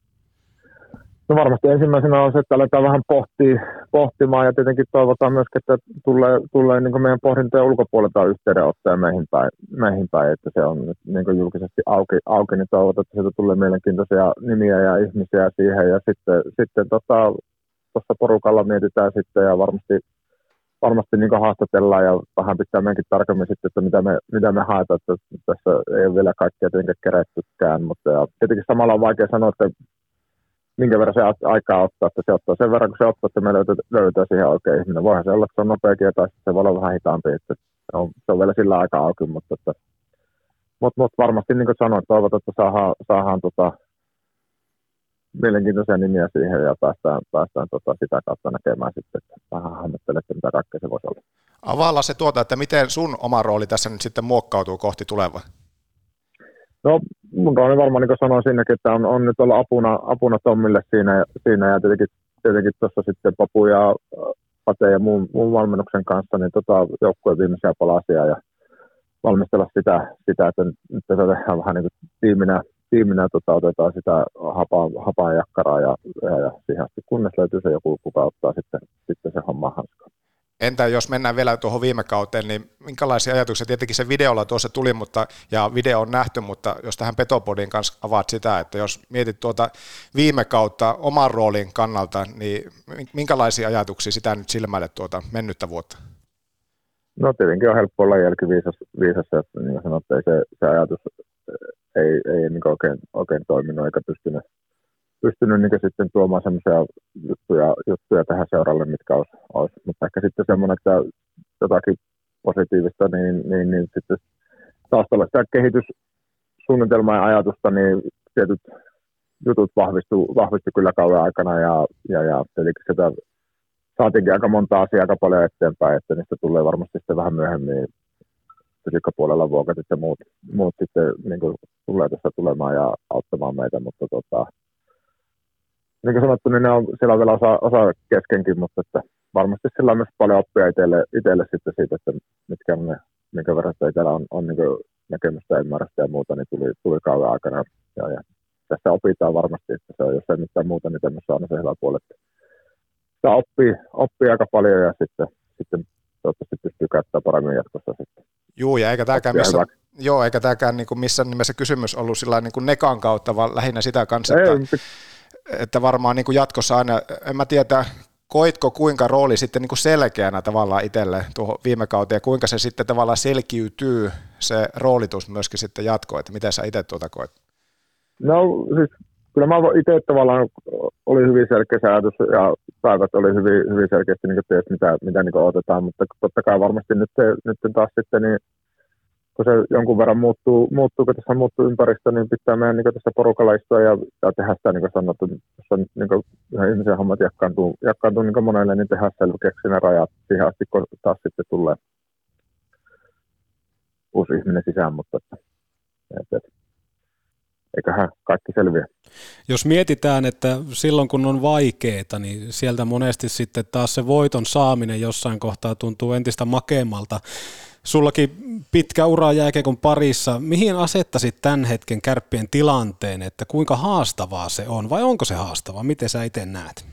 No varmasti ensimmäisenä on se, että aletaan vähän pohtimaan ja tietenkin toivotaan myöskin, että tulee niin meidän pohdintojen ulkopuolelta yhteydenottoja meihin päin, että se on nyt niin julkisesti auki, niin toivotaan, että sieltä tulee mielenkiintoisia nimiä ja ihmisiä siihen ja sitten tuossa porukalla mietitään sitten ja varmasti niin haastatellaan ja vähän pitää meidänkin tarkemmin sitten, että mitä me haetaan, että tässä ei ole vielä kaikkea tietenkään kerättykään, mutta ja tietenkin samalla on vaikea sanoa, että minkä verran se aikaa ottaa, että se ottaa sen verran, kun se ottaa, että me löytää siihen oikein ihminen. Voihan se olla, että se on nopeakin tai se voi olla vähän hitaampi, että se on vielä sillä aikaa auki, mutta varmasti niin kuin sanoin, toivotaan, että saadaan mielenkiintoisia nimiä siihen ja päästään sitä kautta näkemään sitten, että vähän hahmottelen, että mitä kaikkea se voisi olla. Availla se että miten sun oma rooli tässä nyt sitten muokkautuu kohti tulevaa? No mun rooli varmaan niin kuin sanoin siinäkin, että on nyt olla apuna Tommille siinä ja tietenkin tuossa sitten Papu ja Pate ja muun valmennuksen kanssa niin joukkueen viimeisiä palasia ja valmistella sitä että nyt tässä tehdään vähän niin kuin tiiminä otetaan sitä hapaa jakkaraa ja siihen asti kunnes löytyy se joku, kuka ottaa sitten se homma hanskaan. Entä jos mennään vielä tuohon viime kauteen, niin minkälaisia ajatuksia, tietenkin se videolla tuossa tuli, ja video on nähty, mutta jos tähän Petopodin kanssa avaat sitä, että jos mietit tuota viime kautta oman roolin kannalta, niin minkälaisia ajatuksia sitä nyt silmäilet tuota mennyttä vuotta? No tietenkin on helppo olla jälkiviisas, että niin sanot, että se ajatus ei niin oikein toiminut eikä pystynyt niin sitten tuomaan semmoisia juttuja tähän seuralle, mitkä olisi. Mutta ehkä sitten semmoinen, että jotakin positiivista, niin sitten taustalla sitä kehityssuunnitelmaa ja ajatusta, niin tietyt jutut vahvistui kyllä kauden aikana ja tietenkin sitä saatiinkin aika monta asiaa aika paljon eteenpäin, että niistä tulee varmasti sitten vähän myöhemmin fysiikkapuolella vuokatit ja muut sitten niin kuin tulee tässä tulemaan ja auttamaan meitä, mutta niin kuin sanottu, niin siellä on vielä osa keskenkin, mutta että varmasti sillä on myös paljon oppia itselle sitten siitä, että mitkä on ne, minkä verran itsellä on niin kuin näkemystä ja ymmärrystä ja muuta, niin tuli kauden aikana. Ja tässä opitaan varmasti, että se on, jos ei mitään muuta, niin tämmöistä on se hyvä puoli. Sitä oppii aika paljon ja sitten toivottavasti pystyy käyttämään paremmin jatkossa sitten. Joo, ja eikä tämäkään niin kuin missään nimessä kysymys ollut sillä niin kuin Nekan kautta, vaan lähinnä sitä kanssa, että varmaan niin kuin jatkossa aina, en mä tiedä, koitko kuinka rooli sitten niin kuin selkeänä tavallaan itselle tuohon viime kauteen, ja kuinka se sitten tavallaan selkiytyy se roolitus myöskin sitten jatkoon, että miten sä itse tuota koet? No siis kyllä mä itse tavallaan oli hyvin selkeä se ajatus ja päivät oli hyvin selkeästi niin ties, mitä niin otetaan, mutta totta kai varmasti nyt taas sitten niin kun se jonkun verran muuttuu, kun tässä muuttuu ympäristö, niin pitää meidän niin tässä porukalla istua ja tehdä sitä, niin kuin sanottu, jos on niin yhden ihmisen hommat jakkaantuu niin monelle, niin tehdä selkeäksi ne rajat siihen asti, kun taas sitten tulee uusi ihminen sisään, mutta eiköhän kaikki selviä. Jos mietitään, että silloin kun on vaikeaa, niin sieltä monesti sitten taas se voiton saaminen jossain kohtaa tuntuu entistä makeammalta. Sullakin pitkä ura jääkiekon parissa. Mihin asettaisit tämän hetken Kärppien tilanteen, että kuinka haastavaa se on, vai onko se haastavaa? Miten sä itse näet?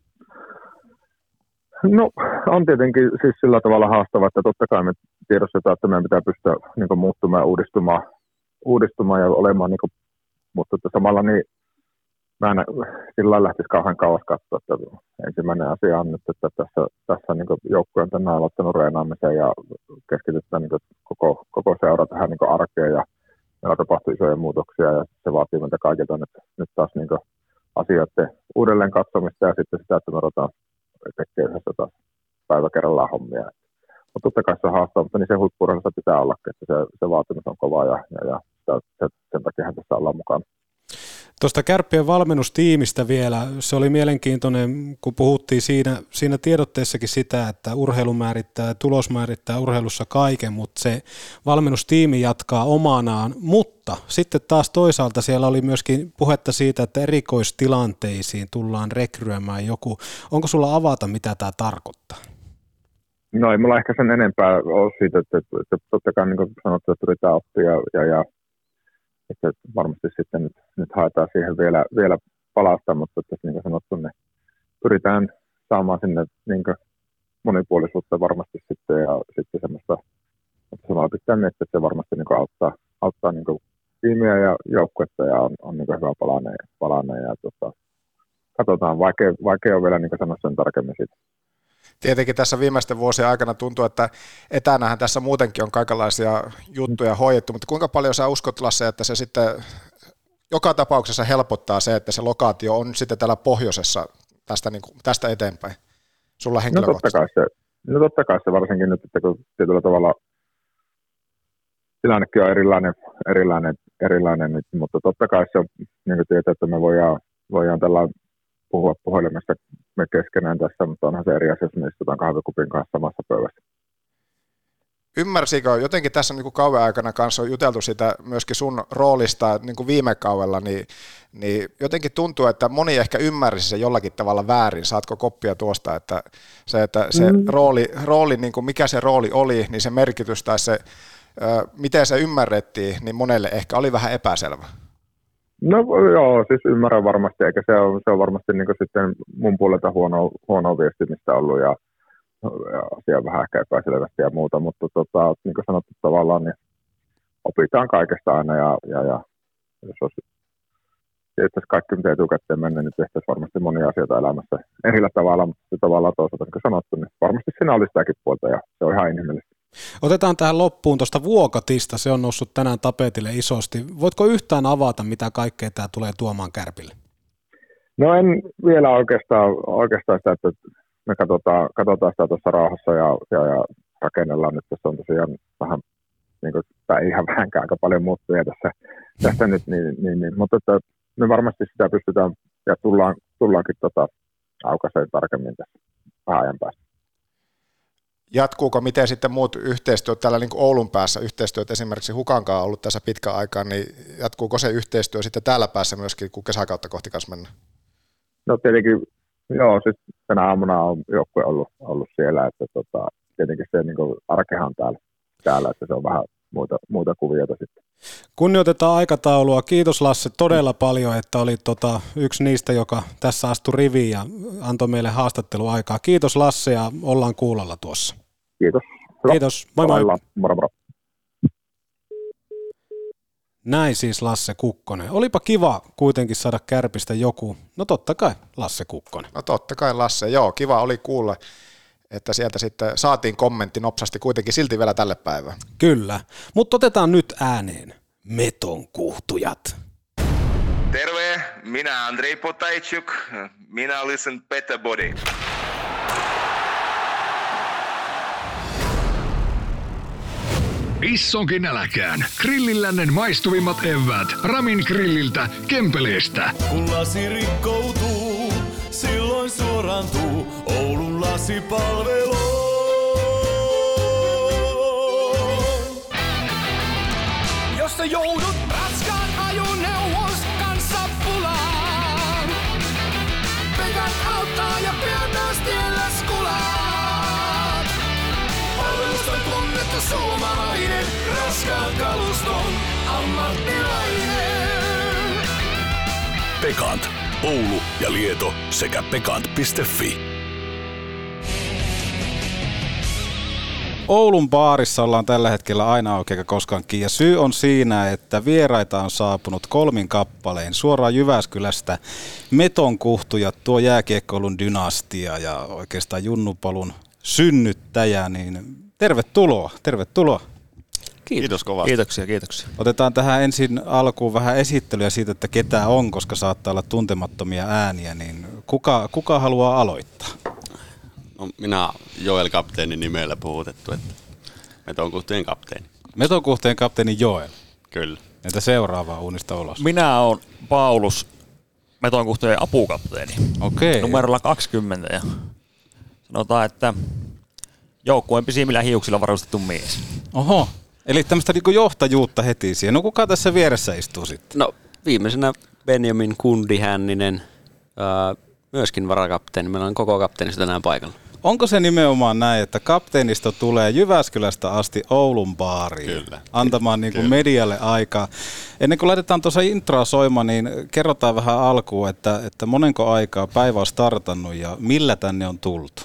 No on tietenkin siis sillä tavalla haastavaa, että totta kai me tiedostetaan, että meidän pitää pystyä niin muuttumaan ja uudistumaan ja olemaan, niin kuin, mutta samalla niin mä en sillä lähtisi kauhean kauas katsoa, että ensimmäinen asia on nyt, että tässä niin joukkue on tänään aloittanut reenaamisen ja keskitytään niin koko seura tähän niin arkeen ja meillä tapahtuu isoja muutoksia ja se vaatii meiltä kaikilta nyt taas niin asioiden uudelleen katsomista ja sitten sitä, että me ruvetaan tekemään yhdessä taas päivä kerrallaan hommia. Mutta totta kai se on haastava, mutta niin se huippu-urheilussa pitää olla, että se vaatimus on kova ja sen takia tässä ollaan mukana. Tuosta Kärppien valmennustiimistä vielä, se oli mielenkiintoinen, kun puhuttiin siinä tiedotteessakin sitä, että urheilu määrittää, tulos määrittää urheilussa kaiken, mutta se valmennustiimi jatkaa omanaan, mutta sitten taas toisaalta siellä oli myöskin puhetta siitä, että erikoistilanteisiin tullaan rekryämään joku. Onko sulla avata, mitä tämä tarkoittaa? No ei mulla ehkä sen enempää ole siitä, että totta kai niin kuin sanottu, että yritetään oppia ja että varmasti sitten nyt haetaan siihen vielä palasta, mutta niin kuin sanottu, niin pyritään saamaan sinne niin kuin monipuolisuutta varmasti sitten ja sitten semmoista, että samalla pitää miettiä, että se varmasti niin kuin auttaa niin kuin tiimiä ja joukkuetta ja on niin kuin hyvä palanen ja katsotaan, vaikea on vielä niin kuin sanoa sen tarkemmin siitä. Tietenkin tässä viimeisten vuosien aikana tuntuu, että etänähän tässä muutenkin on kaikenlaisia juttuja hoidettu, mutta kuinka paljon sä uskot, Lasse, että se sitten joka tapauksessa helpottaa se, että se lokaatio on sitten täällä pohjoisessa tästä eteenpäin sulla henkilökohtaisesti? No totta kai se varsinkin nyt, että kun tietyllä tavalla tilannekin on erilainen nyt, mutta totta kai se on, niin kuin tietää, että me voidaan tällä puhua puhelimessa me keskenään tässä, mutta onhan se eri asia, jos me istutaan kahvikupin kanssa samassa pöydässä. Ymmärsikö, jotenkin tässä niin kuin kauan aikana kanssa on juteltu sitä myöskin sun roolista niin kuin viime kaudella, niin jotenkin tuntuu, että moni ehkä ymmärsi se jollakin tavalla väärin. Saatko koppia tuosta, että se rooli niin kuin mikä se rooli oli, niin se merkitys tai se, miten se ymmärrettiin, niin monelle ehkä oli vähän epäselvä. No joo, siis ymmärrän varmasti, eikä se on varmasti niin kuin sitten mun puolelta huonoa viestimistä ollut ja asia vähän ehkä epäselvästi ja muuta, mutta niin kuin sanottu tavallaan, niin opitaan kaikesta aina ja jos olisi tietysti kaikki mitä etukäteen mennä, niin tehtäisiin varmasti monia asioita elämässä erillä tavalla, mutta tavallaan toisaalta, niin kuin sanottu, niin varmasti siinä oli sitäkin puolta ja se on ihan inhimillistä. Otetaan tähän loppuun tuosta Vuokatista, se on noussut tänään tapetille isosti. Voitko yhtään avata, mitä kaikkea tämä tulee tuomaan Kärpille? No en vielä oikeastaan sitä, että me katsotaan sitä tuossa rauhassa ja rakennellaan nyt, tässä on tosiaan vähän, niin kuin, tai ei ihan vähänkään aika paljon muuttuja tässä nyt, niin, mutta että me varmasti sitä pystytään ja tullaankin aukaiseen tarkemmin tässä vähän ajan päästä. Jatkuuko miten sitten muut yhteistyöt täällä niin kuin Oulun päässä, yhteistyöt esimerkiksi Hukankaan on ollut tässä pitkän aikaa, niin jatkuuko se yhteistyö sitten täällä päässä myöskin, kun kesäkautta kohti kanssa mennään? No tietenkin, joo, siis tänä aamuna on joukkue ollut siellä, että tietenkin se niin kuin arkehan täällä, että se on vähän muuta kuvioita sitten. Kunnioitetaan aikataulua. Kiitos Lasse todella paljon, että olit yksi niistä, joka tässä astui riviin ja antoi meille haastatteluaikaa. Kiitos Lasse ja ollaan kuulolla tuossa. Kiitos. Kiitos. Moi moi. Moro. Näin siis Lasse Kukkonen. Olipa kiva kuitenkin saada Kärpistä joku. No totta kai Lasse Kukkonen. No totta kai Lasse, joo, kiva oli kuulla, että sieltä sitten saatiin kommentti nopsasti kuitenkin silti vielä tälle päivään. Kyllä, mutta otetaan nyt ääneen Metonkuhtujat. Terve, minä Andrei Potajčuk, minä listen Better Body. Issonkin nälkään. Grillillännen maistuvimmat eväät. Ramin grilliltä, Kempeleestä. Kun lasi rikkoutuu, silloin suorantuu Oulun lasipalvelu. Jos sä joudut raskaan ajoneuvos kanssa pulaan, Pekat auttaa ja pian taas tiellä skulaat. Palvelusta on tunnettu suomalainen, raskaan kaluston ammattilainen. Pekant, Oulu ja Lieto sekä pekant.fi. Oulun baarissa ollaan tällä hetkellä aina auki eikä koskaan kiinni. Ja syy on siinä, että vieraita on saapunut 3 kappalein suoraan Jyväskylästä. Metonkuhtujat, tuo jääkiekkoilun dynastia ja oikeastaan Junnupolun synnyttäjä. Niin tervetuloa. Kiitos kovasti. Kiitoksia. Otetaan tähän ensin alkuun vähän esittelyä siitä, että ketä on, koska saattaa olla tuntemattomia ääniä. Niin kuka haluaa aloittaa? No, minä Joel kapteenin nimellä puhutettu, että Metonkuhtujen kapteeni. Metonkuhtujen kapteeni Joel. Kyllä. Entä seuraavaa uunista ulos? Minä olen Paulus, Metonkuhtojen apukapteeni. Okei. Numerolla 20 ja sanotaan, että joukkueen pisimmillä hiuksilla varustettu mies. Oho, eli tämmöistä niinku johtajuutta heti siihen. No kuka tässä vieressä istuu sitten? No viimeisenä Benjamin Kundi-Hänninen, myöskin varakapteeni. Meillä on koko kapteenisto tänään paikalla. Onko se nimenomaan näin, että kapteenisto tulee Jyväskylästä asti Oulun baariin Kyllä. antamaan niin kuin medialle aikaa? Ennen kuin laitetaan tuossa introa soimaan, niin kerrotaan vähän alkuun, että monenko aikaa päivä on startannut ja millä tänne on tultu?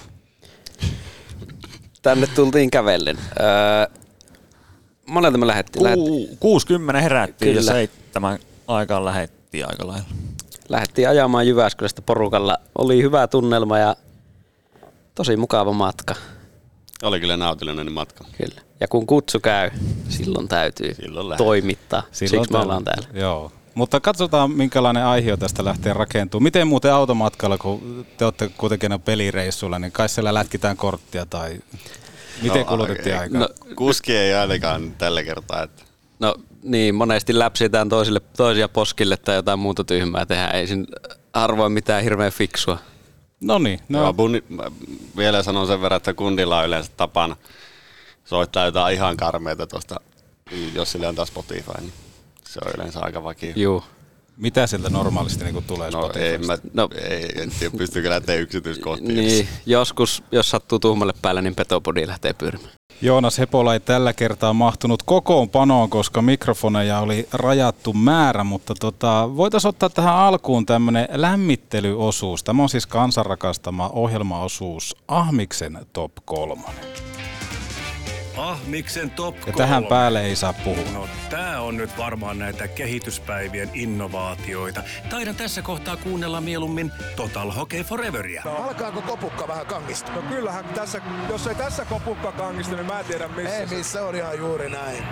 Tänne tultiin kävellen. Monelta me lähdettiin? 60 herättiin Kyllä. ja 7 aikaan lähdettiin aika lailla. Lähdettiin ajamaan Jyväskylästä porukalla. Oli hyvä tunnelma ja tosi mukava matka. Oli kyllä nautillinen matka. Kyllä. Ja kun kutsu käy, silloin täytyy toimittaa. Siksi me ollaan täällä. Joo. Mutta katsotaan, minkälainen aihio tästä lähtee rakentumaan. Miten muuten automatkalla, kun te olette kuitenkin pelireissuilla, niin kai siellä lätkitään korttia tai miten kulutettiin aikaa? No, kuski ei ainakaan tällä kertaa. Että. No niin, monesti läpsitään toisia poskille tai jotain muuta tyhmää tehdään. Ei siinä harvoin mitään hirveän fiksua. No niin. No. Vielä sanon sen verran, että kundilla on yleensä tapana soittaa jotain ihan karmeita tuosta, jos sille antaa Spotify, niin se on yleensä aika vakio. Juu. Mitä sieltä normaalisti niin tulee Spotifysta? En tiedä, pystyykö lähteä yksityiskohtiin. Niin, joskus, jos sattuu tuhmalle päälle, niin Petopodi lähtee pyörimään. Joonas Hepola ei tällä kertaa mahtunut kokoonpanoon, koska mikrofoneja oli rajattu määrä, mutta voitaisiin ottaa tähän alkuun tämmöinen lämmittelyosuus. Tämä on siis kansan rakastama ohjelmaosuus Ahmiksen Top 3. Ahmiksen Top 3. Ja tähän päälle ei saa puhua. No tää on nyt varmaan näitä kehityspäivien innovaatioita. Taidan tässä kohtaa kuunnella mieluummin Total Hockey Foreveria. No, alkaako kopukka vähän kangista? No kyllähän tässä, jos ei tässä kopukka kangista, niin mä en tiedä missä. Ei missä, on ihan juuri näin.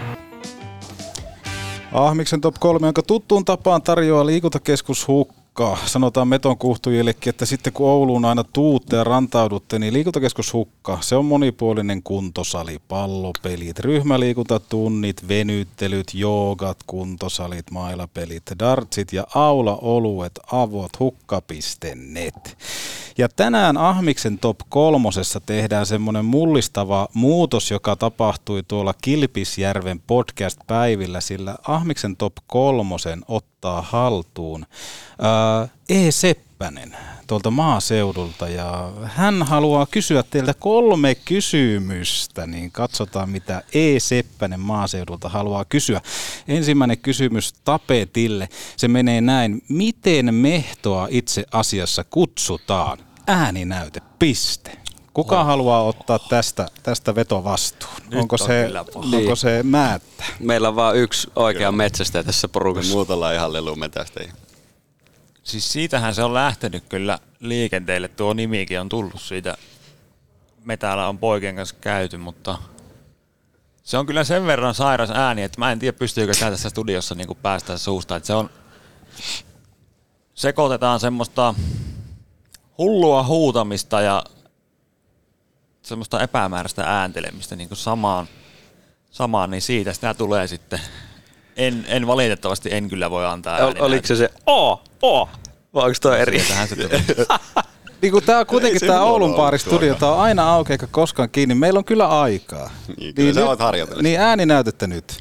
Ahmiksen Top 3, jonka tuttuun tapaan tarjoaa liikuntakeskus Hukka. Sanotaan Metonkuhtujillekin, että sitten kun Ouluun aina tuutte ja rantaudutte, niin liikuntakeskus Hukka, se on monipuolinen kuntosali, pallopelit, ryhmäliikuntatunnit, venyttelyt, joogat, kuntosalit, mailapelit, dartsit ja aulaoluet, avot, hukka.net. Ja tänään Ahmiksen Top 3 tehdään semmoinen mullistava muutos, joka tapahtui tuolla Kilpisjärven podcast-päivillä, sillä Ahmiksen Top 3 ottaa haltuun E. Seppänen tuolta maaseudulta ja hän haluaa kysyä teiltä 3 kysymystä, niin katsotaan mitä E. Seppänen maaseudulta haluaa kysyä. Ensimmäinen kysymys tapetille, se menee näin, miten mehtoa itse asiassa kutsutaan? Ääninäyte, piste. Kuka haluaa ottaa tästä vetovastuun? Onko se Määttä? Meillä on vaan yksi oikea metsästäjä tässä porukassa. Muuta ollaan ihan lelumetästäjiä. Siis siitähän se on lähtenyt kyllä liikenteelle. Tuo nimikin on tullut siitä. Me täällä on poikien kanssa käyty, mutta se on kyllä sen verran sairas ääni, että mä en tiedä pystyykö sitä tässä studiossa niin kuin päästä suusta. Että se on, sekoitetaan semmoista hullua huutamista ja semmoista epämääräistä ääntelemistä niin kuin samaan, niin siitä sitä tulee sitten. En valitettavasti en kyllä voi antaa äänen. Oliko se vai onko toi eri? Siitähän se tulee. Niin kuin tää kuitenkin tämä Oulun baaristudio, tää on aina auki eikä koskaan kiinni. Meillä on kyllä aikaa. Niin, kyllä sä oot harjoitellut. Niin ääninäytettä nyt.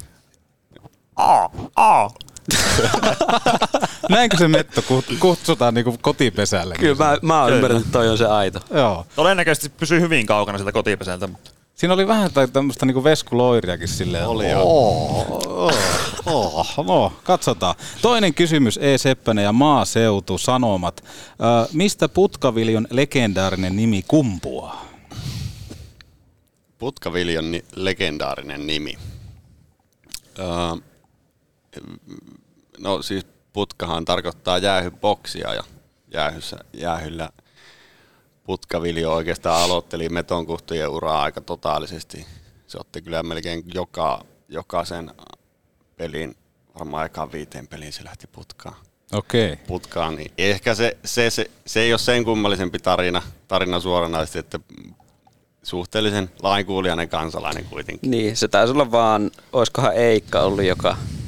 Näinkö se metto kutsutaan niinku kotipesälle? Kyllä mä oon ymmärtänyt, että toi on se aito. Joo. Todennäköisesti pysyy hyvin kaukana sieltä kotipesältä. Siinä oli vähän tämmöistä niinku veskuloiriakin silleen. Oli No, katsotaan. Toinen kysymys, E. Seppänen ja maaseutu, sanomat. Mistä Putkaviljon legendaarinen nimi kumpuaa? Putkaviljon legendaarinen nimi. No siis putkahan tarkoittaa jäähyboksia ja jäähyllä Putkaviljo oikeastaan aloitteli Metonkuhtujen uraa aika totaalisesti. Se otti kyllä melkein jokaisen pelin, varmaan aikaan 5 peliin se lähti putkaan. Okei. Putkaan, niin ehkä se ei ole sen kummallisempi tarina suoranaisesti, että suhteellisen lainkuulijainen kansalainen kuitenkin. Niin, se taisi olla vaan, olisikohan Eikka ollut, joka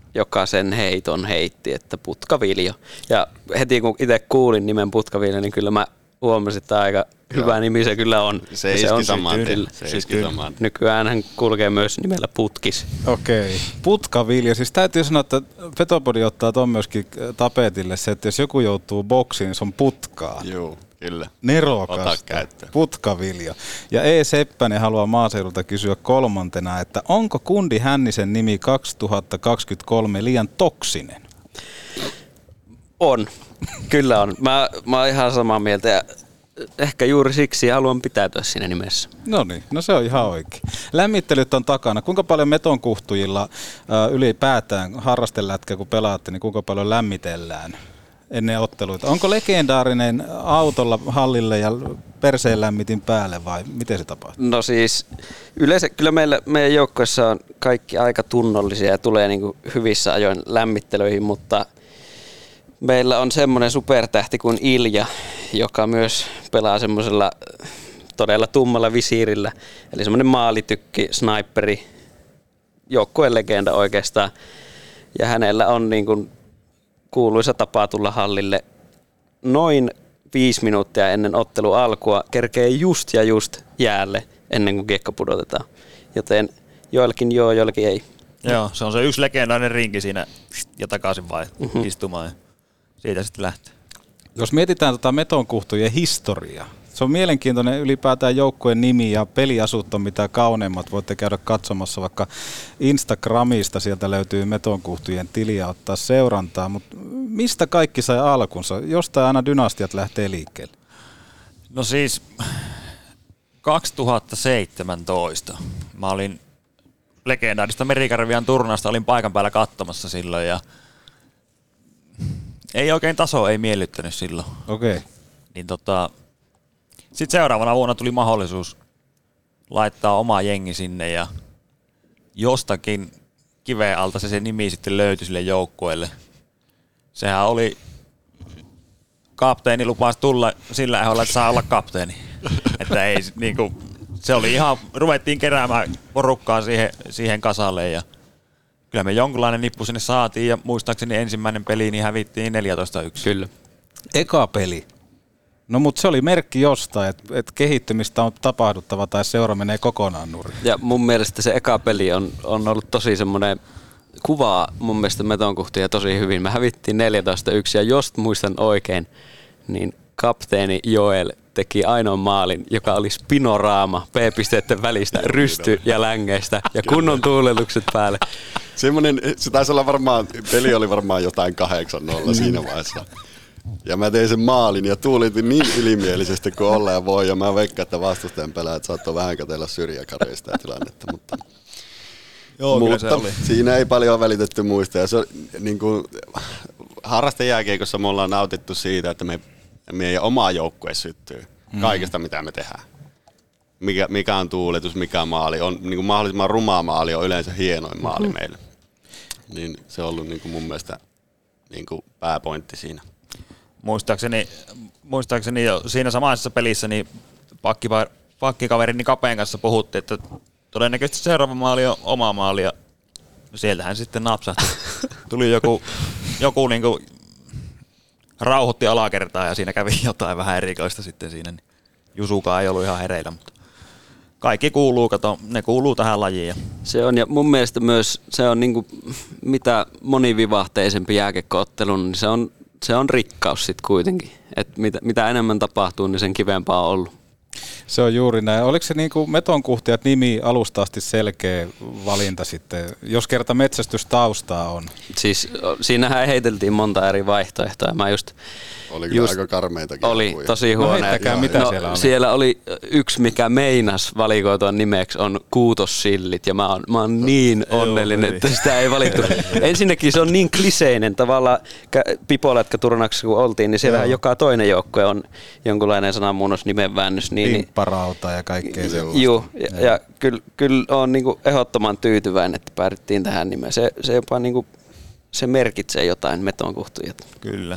joka sen heiton heitti, että Putkaviljo. Ja heti kun itse kuulin nimen Putkaviljo, niin kyllä mä huomasin, että aika hyvä nimi se kyllä on. Se iski samaan tien. Nykyään hän kulkee myös nimellä Putkis. Okei. Putkaviljo. Siis täytyy sanoa, että Petopodi ottaa ton myöskin tapetille se, että jos joku joutuu boksiin, niin se on putkaa. Joo, kyllä. Nerokasta. Putkaviljo. Ja E. Seppänen haluaa maaseudulta kysyä kolmantena, että onko Kundi Hännisen nimi 2023 liian toksinen? On. Kyllä on. Mä oon ihan samaa mieltä ja ehkä juuri siksi haluan pitäytyä siinä nimessä. No niin, no se on ihan oikein. Lämmittelyt on takana. Kuinka paljon metonkuhtujilla ylipäätään harrastelätkä, kun pelaatte, niin kuinka paljon lämmitellään ennen otteluita? Onko legendaarinen autolla hallille ja perseen lämmitin päälle vai miten se tapahtuu? No siis yleensä kyllä meidän joukkoissa on kaikki aika tunnollisia ja tulee niin kuin hyvissä ajoin lämmittelyihin, mutta meillä on semmoinen supertähti kuin Ilja, joka myös pelaa semmoisella todella tummalla visiirillä. Eli semmoinen maalitykki, sniperi, joukkueen legenda oikeastaan. Ja hänellä on niin kuin kuuluisa tapa tulla hallille noin 5 minuuttia ennen ottelun alkua. Kerkee just jäälle ennen kuin kiekko pudotetaan. Joten joillakin joo, joillakin ei. Joo, se on se yksi legendainen rinki siinä ja takaisin vai istumaan. Ja siitä sitten lähtee. Jos mietitään metonkuhtujen historiaa, se on mielenkiintoinen ylipäätään joukkueen nimi ja peliasut on mitä kauneimmat. Voitte käydä katsomassa vaikka Instagramista, sieltä löytyy metonkuhtujen tiliä ottaa seurantaa. Mutta mistä kaikki sai alkunsa? Jostain aina dynastiat lähtee liikkeelle. No siis 2017 mä olin legendaarista Merikarvian turnausta, olin paikan päällä katsomassa silloin ja ei oikein taso ei miellyttänyt silloin. Okei. Niin sitten seuraavana vuonna tuli mahdollisuus laittaa oma jengi sinne ja jostakin kiveen alta se nimi sitten löytyi sille joukkueelle. Sehän oli, kapteeni lupasi tulla sillä ehdolla, että saa olla kapteeni. Että ei niinku, se oli ihan, ruvettiin keräämään porukkaa siihen kasalle ja kyllä me jonkunlainen nippu sinne saatiin ja muistaakseni ensimmäinen peli niin hävittiin 14-1. Kyllä. Eka peli. No mutta se oli merkki jostain, että kehittymistä on tapahduttava tai seura menee kokonaan nurin. Ja mun mielestä se eka peli on ollut tosi semmoinen, kuvaa mun mielestä metonkuhtia tosi hyvin. Me hävittiin 14-1 ja jos muistan oikein, niin kapteeni Joel teki ainoan maalin, joka oli spinoraama P-pisteiden välistä, rysty ja längeistä ja kunnon tuuletukset päälle. Semmoinen, se taisi olla varmaan, peli oli varmaan jotain 8-0 siinä vaiheessa. Ja mä tein sen maalin ja tuulitin niin ylimielisesti kuin ollaan voi. Ja mä veikkaan, että vastustajan pelaajat saattoi vähän katsella syrjäkareista tilannetta. Mutta siinä ei paljon välitetty muista. Ja se on, niin kuin, harrastajääkiekossa me ollaan nautittu siitä, että meidän oma joukkue syttyy kaikesta, mitä me tehdään. Mikä on tuuletus, mikä maali. On, niin kuin mahdollisimman ruma maali on yleensä hienoin maali meille. Niin se on ollut niin kuin mun mielestä niin kuin pääpointti siinä. Muistaakseni jo siinä samassa pelissä niin pakkikaverini Kapeen kanssa puhuttiin, että todennäköisesti seuraava maali on oma maali ja sieltähän sitten napsahti. Tuli joku niinku rauhoitti alakertaa ja siinä kävi jotain vähän erikoista sitten siinä. Jusukaan ei ollut ihan hereillä, mutta kaikki kuuluu, ne kuuluu tähän lajiin. Se on, ja mun mielestä myös se on niinku, mitä monivivahteisempi jääkiekkoottelu, niin se on rikkaus sitten kuitenkin. Että mitä enemmän tapahtuu, niin sen kivempaa on ollut. Se on juuri näin. Oliko se niin kuin metonkuhtijat nimi alusta asti selkeä valinta sitten, jos kerta metsästystaustaa on? Siis siinähän heiteltiin monta eri vaihtoehtoa. Oliko aika karmeitakin? Oli tosi huoneet. Mitä siellä oli? Siellä oli yksi, mikä meinas valikoitua nimeksi, on kuutossillit. Ja mä oon niin onnellinen, että sitä ei valittu. Ensinnäkin se on niin kliseinen. Tavallaan Pipolätkä-turnauksessa kun oltiin, niin siellähän joka toinen joukkue on jonkunlainen sananmuunnos nimenväännös. Pimpparauta ja kaikkea sellaista. Joo, ja kyllä on niinku ehdottoman tyytyväinen, että päädyttiin tähän nimeen. Se jopa niinku, se merkitsee jotain metonkuhtujat. Kyllä.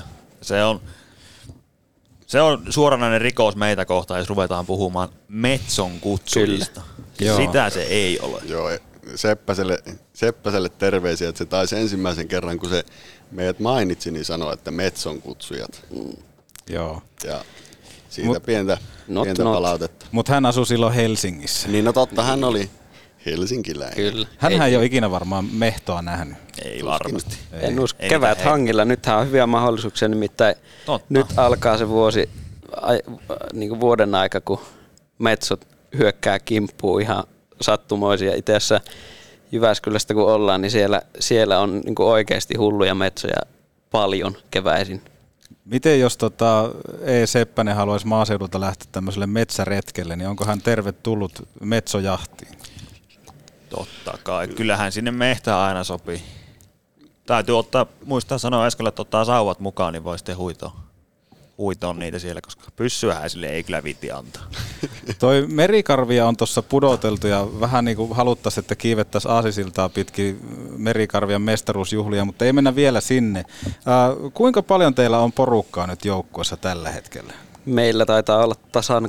Se on suoranainen rikos meitä kohtaan, jos ruvetaan puhumaan metson kutsuista. Sitä se ei ole. Joo, Seppäselle terveisiä, että se taisi ensimmäisen kerran, kun se meidät mainitsi, niin sanoi, että Metson kutsujat. Joo. Ja siitä pientä palautetta. Mutta hän asui silloin Helsingissä. Niin no totta, hän oli helsinkiläinen. Kyllä. Hänhän ei ole ikinä varmaan Mehtoa nähnyt. Ei varmasti. En usko. Kevät hangilla. Nythän on hyviä mahdollisuuksia, nimittäin nyt alkaa se vuosi, niin kuin vuoden aika, kun Metsot hyökkää kimppuun ihan sattumoisia. Itse asiassa Jyväskylästä kun ollaan, niin siellä on niin kuin oikeasti hulluja metsoja paljon keväisin. Miten jos Seppänen haluaisi maaseudulta lähteä tämmöiselle metsäretkelle, niin onko hän tervetullut metsojahtiin? Totta kai. Kyllähän sinne mehtään aina sopii. Täytyy muistaa sanoa äsken, että ottaa sauvat mukaan, niin voi sitten huitoon niitä siellä, koska pyssyähän sille ei kyllä viitti antaa. Toi merikarvia on tuossa pudoteltu ja vähän niin kuin haluttaisiin, että kiivettäisiin aasisiltaa pitkin merikarvian mestaruusjuhlia, mutta ei mennä vielä sinne. Kuinka paljon teillä on porukkaa nyt joukkueessa tällä hetkellä? Meillä taitaa olla tasan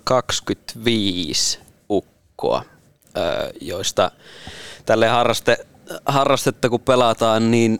25 ukkoa, joista tälleen harrastetta kun pelataan, niin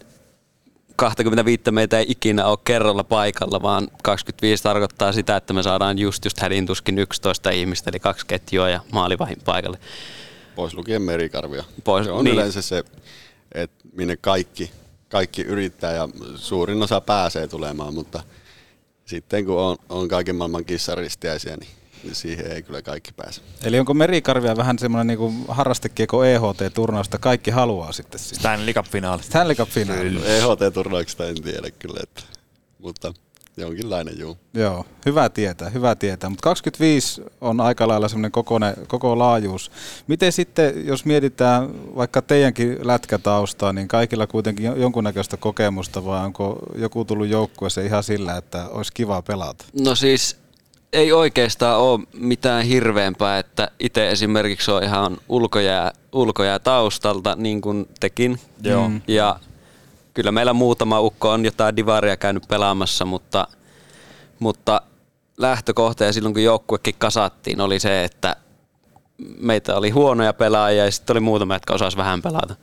25 meitä ei ikinä ole kerralla paikalla, vaan 25 tarkoittaa sitä, että me saadaan just hädintuskin 11 ihmistä, eli 2 ketjua ja maalivahdin paikalle. Pois lukien merikarvia. Se on niin. Yleensä se, että minne kaikki yrittää ja suurin osa pääsee tulemaan, mutta sitten kun on kaiken maailman kissaristiäisiä, niin siihen ei kyllä kaikki pääse. Eli onko merikarvia vähän semmoinen niin harrastekiekko EHT-turnausta, kaikki haluaa sitten siinä? Stanley Cup-finaali. Stanley Cup-finaali. EHT-turnauksesta en tiedä kyllä, mutta jonkinlainen juu. Joo, hyvä tietää. Mutta 25 on aika lailla semmoinen koko laajuus. Miten sitten, jos mietitään vaikka teidänkin lätkätaustaa, niin kaikilla kuitenkin jonkunnäköistä kokemusta, vai onko joku tullut joukkueeseen ihan sillä, että olisi kiva pelata? No siis ei oikeastaan ole mitään hirveämpää, että itse esimerkiksi on ihan ulkojää taustalta, niin kuin tekin. Joo. Ja kyllä meillä muutama ukko on jotain divaria käynyt pelaamassa, mutta lähtökohta ja silloin kun joukkuekin kasattiin oli se, että meitä oli huonoja pelaajia ja sitten oli muutama, jotka osasi vähän pelata.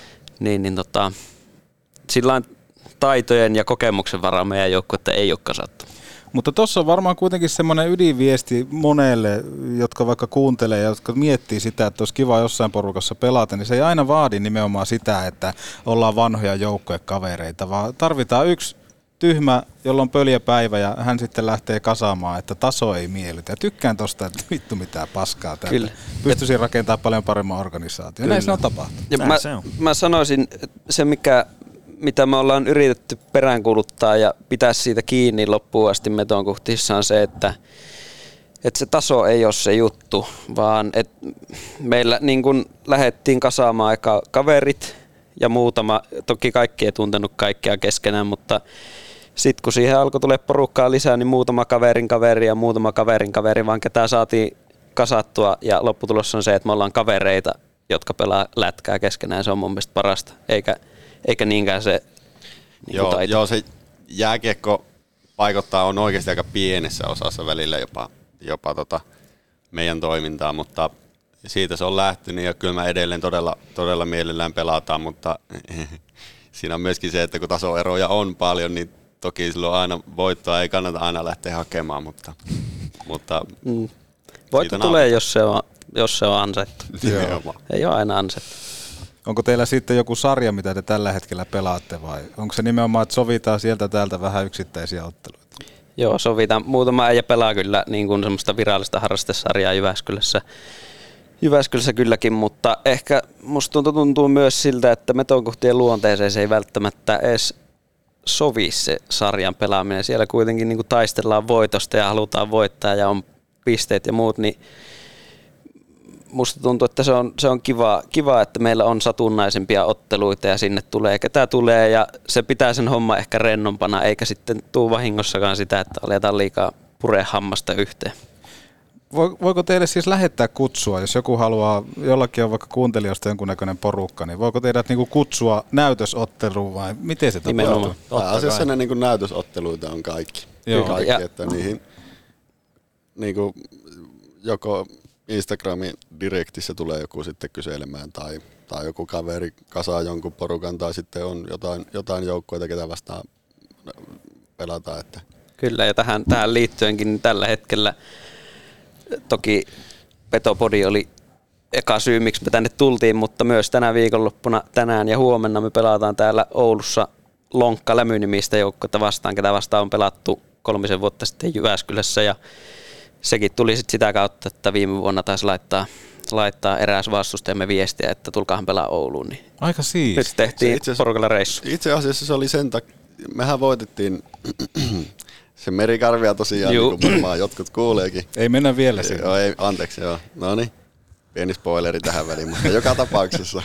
Sillain taitojen ja kokemuksen varaa meidän joukkuetta ei ole kasattu. Mutta tuossa on varmaan kuitenkin semmoinen ydinviesti monelle, jotka vaikka kuuntelee ja jotka miettii sitä, että olisi kiva jossain porukassa pelata, niin se ei aina vaadi nimenomaan sitä, että ollaan vanhoja joukkuekavereita, vaan tarvitaan yksi tyhmä, jolla on pöljäpäivä ja hän sitten lähtee kasaamaan, että taso ei miellytä. Ja tykkään tosta, että vittu mitään paskaa täältä. Pystyisin rakentamaan paljon paremman organisaation. Näin se on tapahtunut. Ja mä sanoisin, että se mitä me ollaan yritetty peräänkuuluttaa ja pitää siitä kiinni loppuun asti Metonkuhtissa on se, että se taso ei ole se juttu, vaan että meillä niin kun lähdettiin kasaamaan aika kaverit ja muutama, toki kaikki ei tuntenut kaikkea keskenään, mutta sitten kun siihen alkoi tulla porukkaa lisää, niin muutama kaverin kaveri ja muutama kaverin kaveri, vaan ketään saatiin kasattua ja lopputulos on se, että me ollaan kavereita, jotka pelaa lätkää keskenään, se on mun mielestä parasta, eikä niinkään se taito. Joo, se jääkiekko paikottaa on oikeasti aika pienessä osassa välillä jopa meidän toimintaa, mutta siitä se on lähtenyt ja kyllä mä edelleen todella mielellään pelataan, mutta siinä on myöskin se, että kun tasoeroja on paljon, niin toki silloin aina voittoa ei kannata aina lähteä hakemaan, mutta voitto tulee, jos se on ansaittu. Ei ole aina ansaittu. Onko teillä sitten joku sarja, mitä te tällä hetkellä pelaatte vai onko se nimenomaan, että sovitaan sieltä täältä vähän yksittäisiä otteluita? Joo, sovitaan. Muutama äijä pelaa kyllä niin kuin semmoista virallista harrastesarjaa Jyväskylässä kylläkin, mutta ehkä musta tuntuu myös siltä, että Metonkuhtien luonteeseen se ei välttämättä edes sovi se sarjan pelaaminen. Siellä kuitenkin niin kuin taistellaan voitosta ja halutaan voittaa ja on pisteet ja muut, niin musta tuntuu, että se on kiva, että meillä on satunnaisempia otteluita ja sinne tulee ketä tulee ja se pitää sen homma ehkä rennompana eikä sitten tuu vahingossakaan sitä, että aletaan liikaa puree hammasta yhteen. Voiko teille siis lähettää kutsua, jos joku haluaa, jollakin on vaikka kuuntelijoista jonkunnäköinen porukka, niin voiko teidät niinku kutsua näytösotteluun vai miten se tapahtuu? Asiassa ne niinku näytösotteluita on kaikki. Kaikki, että niihin niinku joko Instagramin direktissä tulee joku sitten kyselemään tai joku kaveri kasaa jonkun porukan tai sitten on jotain joukkueita, ketä vastaan pelataan. Että. Kyllä, ja tähän liittyenkin niin tällä hetkellä toki Petopodi oli eka syy, miksi me tänne tultiin, mutta myös tänä viikonloppuna, tänään ja huomenna me pelataan täällä Oulussa Lonkka Lämy-nimistä joukkuetta vastaan, ketä vastaan on pelattu 3 vuotta sitten Jyväskylässä, ja sekin tuli sitten sitä kautta, että viime vuonna taisi laittaa eräs vastustajamme viestiä, että tulkaahan pelaa Ouluun. Niin aika siistiä. Nyt tehtiin porukalla reissu. Itse asiassa se oli sen takia, mehän voitettiin se Merikarvia tosiaan, niin kuin varmaan jotkut kuuleekin. Ei mennä vielä sinne. Joo, anteeksi, joo. No niin, pieni spoileri tähän väliin, mutta joka tapauksessa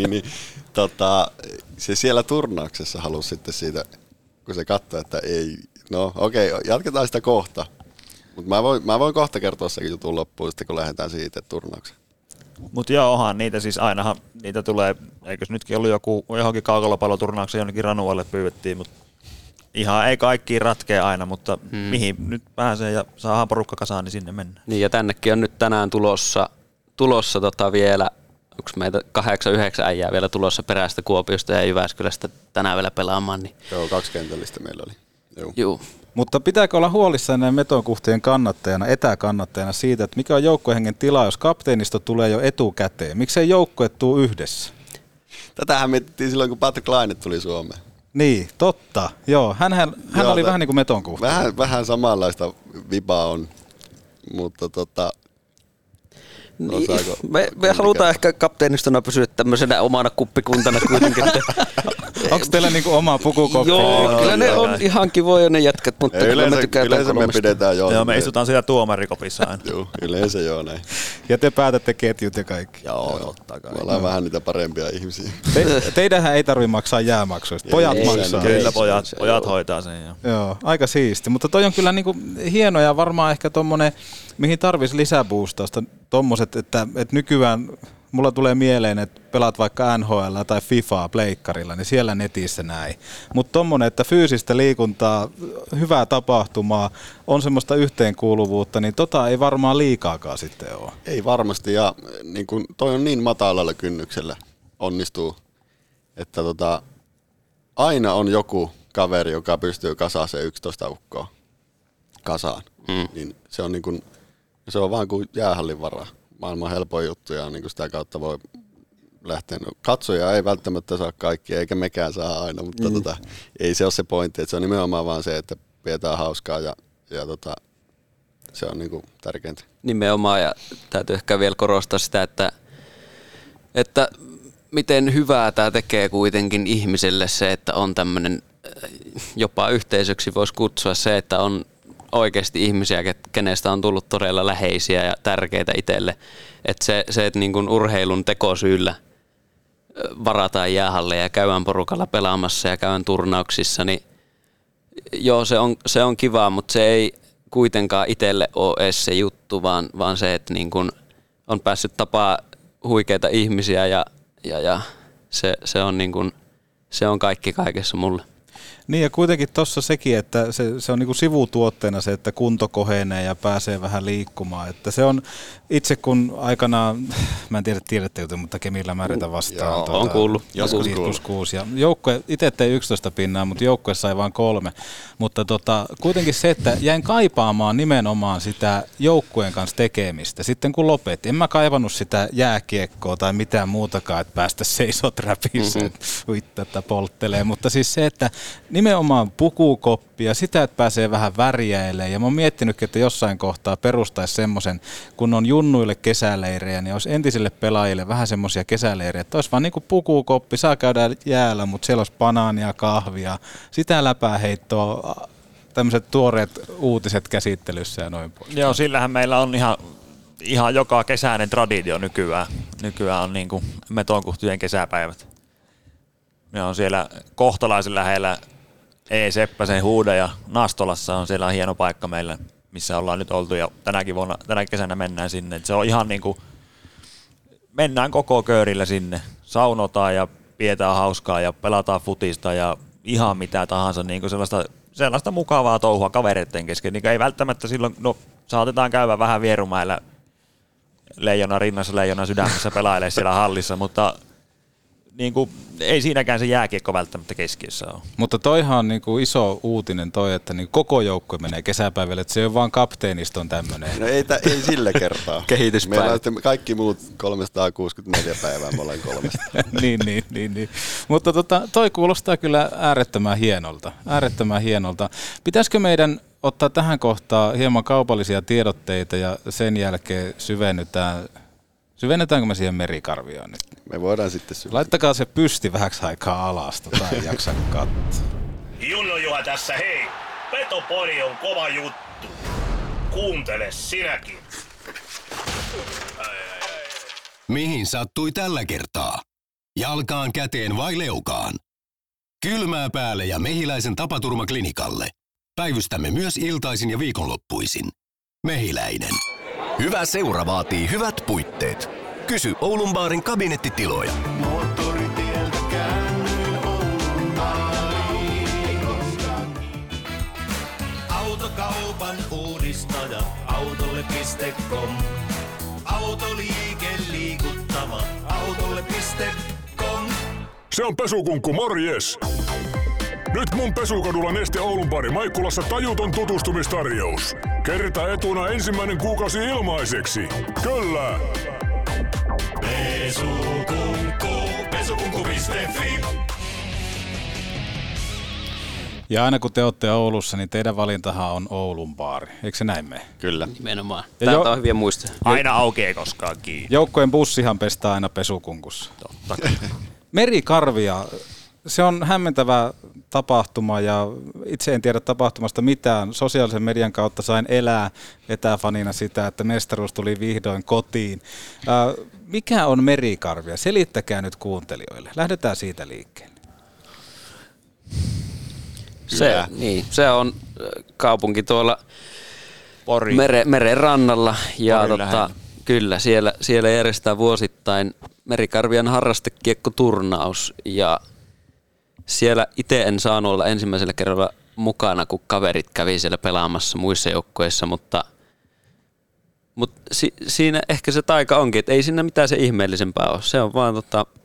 se siellä turnauksessa halusi sitten siitä, kun se katsoi, että ei, no okei, jatketaan sitä kohta. Mutta mä voin kohta kertoa sekin jutun loppuun sitten, kun lähdetään siitä turnaukseen. Mutta joo, onhan niitä siis ainahan, niitä tulee, eikös nytkin ollut johonkin kaukalopalloturnaukseen jonnekin Ranualle pyydettiin, mutta ihan ei kaikkiin ratkea aina, mutta mihin nyt pääsee ja saadaan porukka kasaan, niin sinne mennään. Niin ja tännekin on nyt tänään tulossa vielä, onko meitä 8-9 äijää vielä tulossa perästä Kuopiosta ja Jyväskylästä tänään vielä pelaamaan. Niin. Joo, 2 kentällistä meillä oli. Joo. Mutta pitääkö olla huolissaan näin Metonkuhtien etäkannattajana siitä, että mikä on joukkuehengen tila, jos kapteenisto tulee jo etukäteen? Miksei joukkue tuu yhdessä? Tätähän mietittiin silloin, kun Patrick Laine tuli Suomeen. Niin, totta. Joo, hän oli vähän niin kuin Metonkuhti. Vähän samanlaista vibaa on, mutta niin, me halutaan ehkä kapteenistona pysyä tämmöisenä omana kuppikuntana kuitenkin. Onko teillä niinku oma pukukoppi? Joo, kyllä ne on ihan kivoja ne jätkät, mutta yleensä me pidetään jo. Joo, me istutaan siellä tuomarikopissa aina. Joo, yleensä joo näin. Ja te päätätte ketjut ja kaikki. Joo, totta kai. Me ollaan vähän niitä parempia ihmisiä. Teidänhän ei tarvitse maksaa jäämaksuista. Pojat maksaa. Kyllä, pojat hoitaa sen. Joo, aika siisti. Mutta toi on kyllä niinku hieno ja varmaan ehkä tommonen, mihin tarvitsisi lisäboostausta. Tommoset, että nykyään mulla tulee mieleen, että pelaat vaikka NHL tai FIFAa pleikkarilla, niin siellä netissä näin. Mutta tommonen, että fyysistä liikuntaa, hyvää tapahtumaa, on semmoista yhteenkuuluvuutta, niin ei varmaan liikaakaan sitten ole. Ei varmasti, ja niin kun toi on niin matalalla kynnyksellä onnistuu, että aina on joku kaveri, joka pystyy kasaamaan se 11 ukkoa kasaan. Niin se on niin kun, se on vaan kuin jäähallin varaa. Maailman helpoin juttu ja niin sitä kautta voi lähteä. No, katsoja ei välttämättä saa kaikki, eikä mekään saa aina, mutta ei se ole se pointti. Että se on nimenomaan vaan se, että pidetään hauskaa ja se on niin kuin tärkeintä. Nimenomaan, ja täytyy ehkä vielä korostaa sitä, että miten hyvää tämä tekee kuitenkin ihmiselle se, että on tämmöinen, jopa yhteisöksi voisi kutsua se, että on oikeasti ihmisiä, kenestä on tullut todella läheisiä ja tärkeitä itselle. Että se että niin kuin urheilun tekosyyllä varataan jäähalle ja käydään porukalla pelaamassa ja käydään turnauksissa, niin joo, se on kivaa, mutta se ei kuitenkaan itselle ole edes se juttu, vaan se, että niin kuin on päässyt tapaa huikeita ihmisiä ja se on niin kuin, se on kaikki kaikessa mulle. Niin ja kuitenkin tuossa sekin, että se on niinku sivutuotteena se, että kunto kohenee ja pääsee vähän liikkumaan. Että se on itse kun aikanaan, mä en tiedä tiedättekö, mutta Kemillä Märitä vastaan. Joo, on kuullut. Joskus 6. Ja joukkue, itse tein 11 pinnaa, mutta joukkue sai vain 3. Mutta kuitenkin se, että jäin kaipaamaan nimenomaan sitä joukkueen kanssa tekemistä. Sitten kun lopetin, en mä kaivannut sitä jääkiekkoa tai mitään muutakaan, että päästä seisot räpissä, että polttelee. Mutta siis se, että nimenomaan pukukoppia, sitä, että pääsee vähän värjäilemään. Ja mä oon miettinytkin, että jossain kohtaa perustaisi semmoisen, kun on junnuille kesäleirejä, niin olisi entisille pelaajille vähän semmoisia kesäleirejä, että olisi vaan niin kuin pukukoppi, saa käydä jäällä, mutta siellä olisi banaania, kahvia, sitä läpääheittoa, tämmöiset tuoreet uutiset käsittelyssä ja noin pois. Joo, sillähän meillä on ihan joka kesäinen traditio nykyään. Nykyään on niin kuin Metonkuhtien kesäpäivät. Me on siellä kohtalaisen lähellä Seppäsen Huude ja Nastolassa on siellä hieno paikka meillä, missä ollaan nyt oltu ja tänä kesänä mennään sinne. Et se on ihan niin kuin, mennään koko köörillä sinne, saunotaan ja pidetään hauskaa ja pelataan futista ja ihan mitä tahansa, niin kuin sellaista mukavaa touhua kavereiden kesken. Niin ei välttämättä silloin, saatetaan käydä vähän Vierumäellä leijona rinnassa, leijona sydämessä pelailee siellä hallissa, mutta niinku, ei siinäkään se jääkiekko välttämättä keskiössä ole. Mutta toihan on niinku iso uutinen toi, että niinku koko joukko menee kesäpäivälle, että se ei ole vaan kapteeniston tämmöinen. No ei sillä kertaa. Kehityspäivä. Meillä on sitten kaikki muut 364 päivää, me ollaan 300. niin. Mutta toi kuulostaa kyllä äärettömän hienolta. Pitäisikö meidän ottaa tähän kohtaan hieman kaupallisia tiedotteita ja sen jälkeen syvennytäänkö me siihen Merikarvioon nyt? Me voidaan sitten Laittakaa se pysti vähäksi aikaa alas, ei jaksa katsoa. Junno Juha tässä, hei! Petopori on kova juttu. Kuuntele sinäkin. Mihin sattui tällä kertaa? Jalkaan, käteen vai leukaan? Kylmää päälle ja Mehiläisen tapaturmaklinikalle. Päivystämme myös iltaisin ja viikonloppuisin. Mehiläinen. Hyvä seura vaatii hyvät puitteet. Kysy Oulun baarin kabinettitiloja. Moottoritieltä käännyin Oulun baariin. Autokaupan uudistaja autolle.com. Autoliike liikuttava autolle.com. Se on Pesukunkku, morjes! Nyt mun Pesukadulla Neste Oulun baari Maikkulassa tajuton tutustumistarjous. Kerta etuna ensimmäinen kuukausi ilmaiseksi. Kyllä! Pesukunkku.fi. Ja aina kun te olette Oulussa, niin teidän valintahan on Oulun baari. Eikö se näin mene? Kyllä. Nimenomaan. Täältä on hyviä muistoja. Aina aukeaa koskaan kiinni. Joukkojen bussihan pestää aina Pesukunkussa. Totta. Merikarvia, se on hämmentävä tapahtuma ja itse en tiedä tapahtumasta mitään. Sosiaalisen median kautta sain elää etäfanina sitä, että mestaruus tuli vihdoin kotiin. Mikä on Merikarvia? Selittäkää nyt kuuntelijoille. Lähdetään siitä liikkeelle. Se on kaupunki tuolla meren rannalla ja kyllä siellä järjestetään vuosittain Merikarvian harrastekiekkoturnaus ja siellä itse en saanut olla ensimmäisellä kerralla mukana, kun kaverit kävi siellä pelaamassa muissa joukkueissa, mutta siinä ehkä se taika onkin, että ei siinä mitään se ihmeellisempää ole. Se on vaan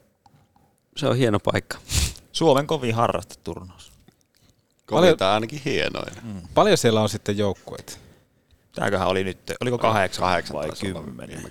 se on hieno paikka. Suomen kovin harrasteturnaus. Koviltaan ainakin hienoja. Paljon siellä on sitten joukkueita? Tämäköhän oli nyt, oliko 8 vai 10?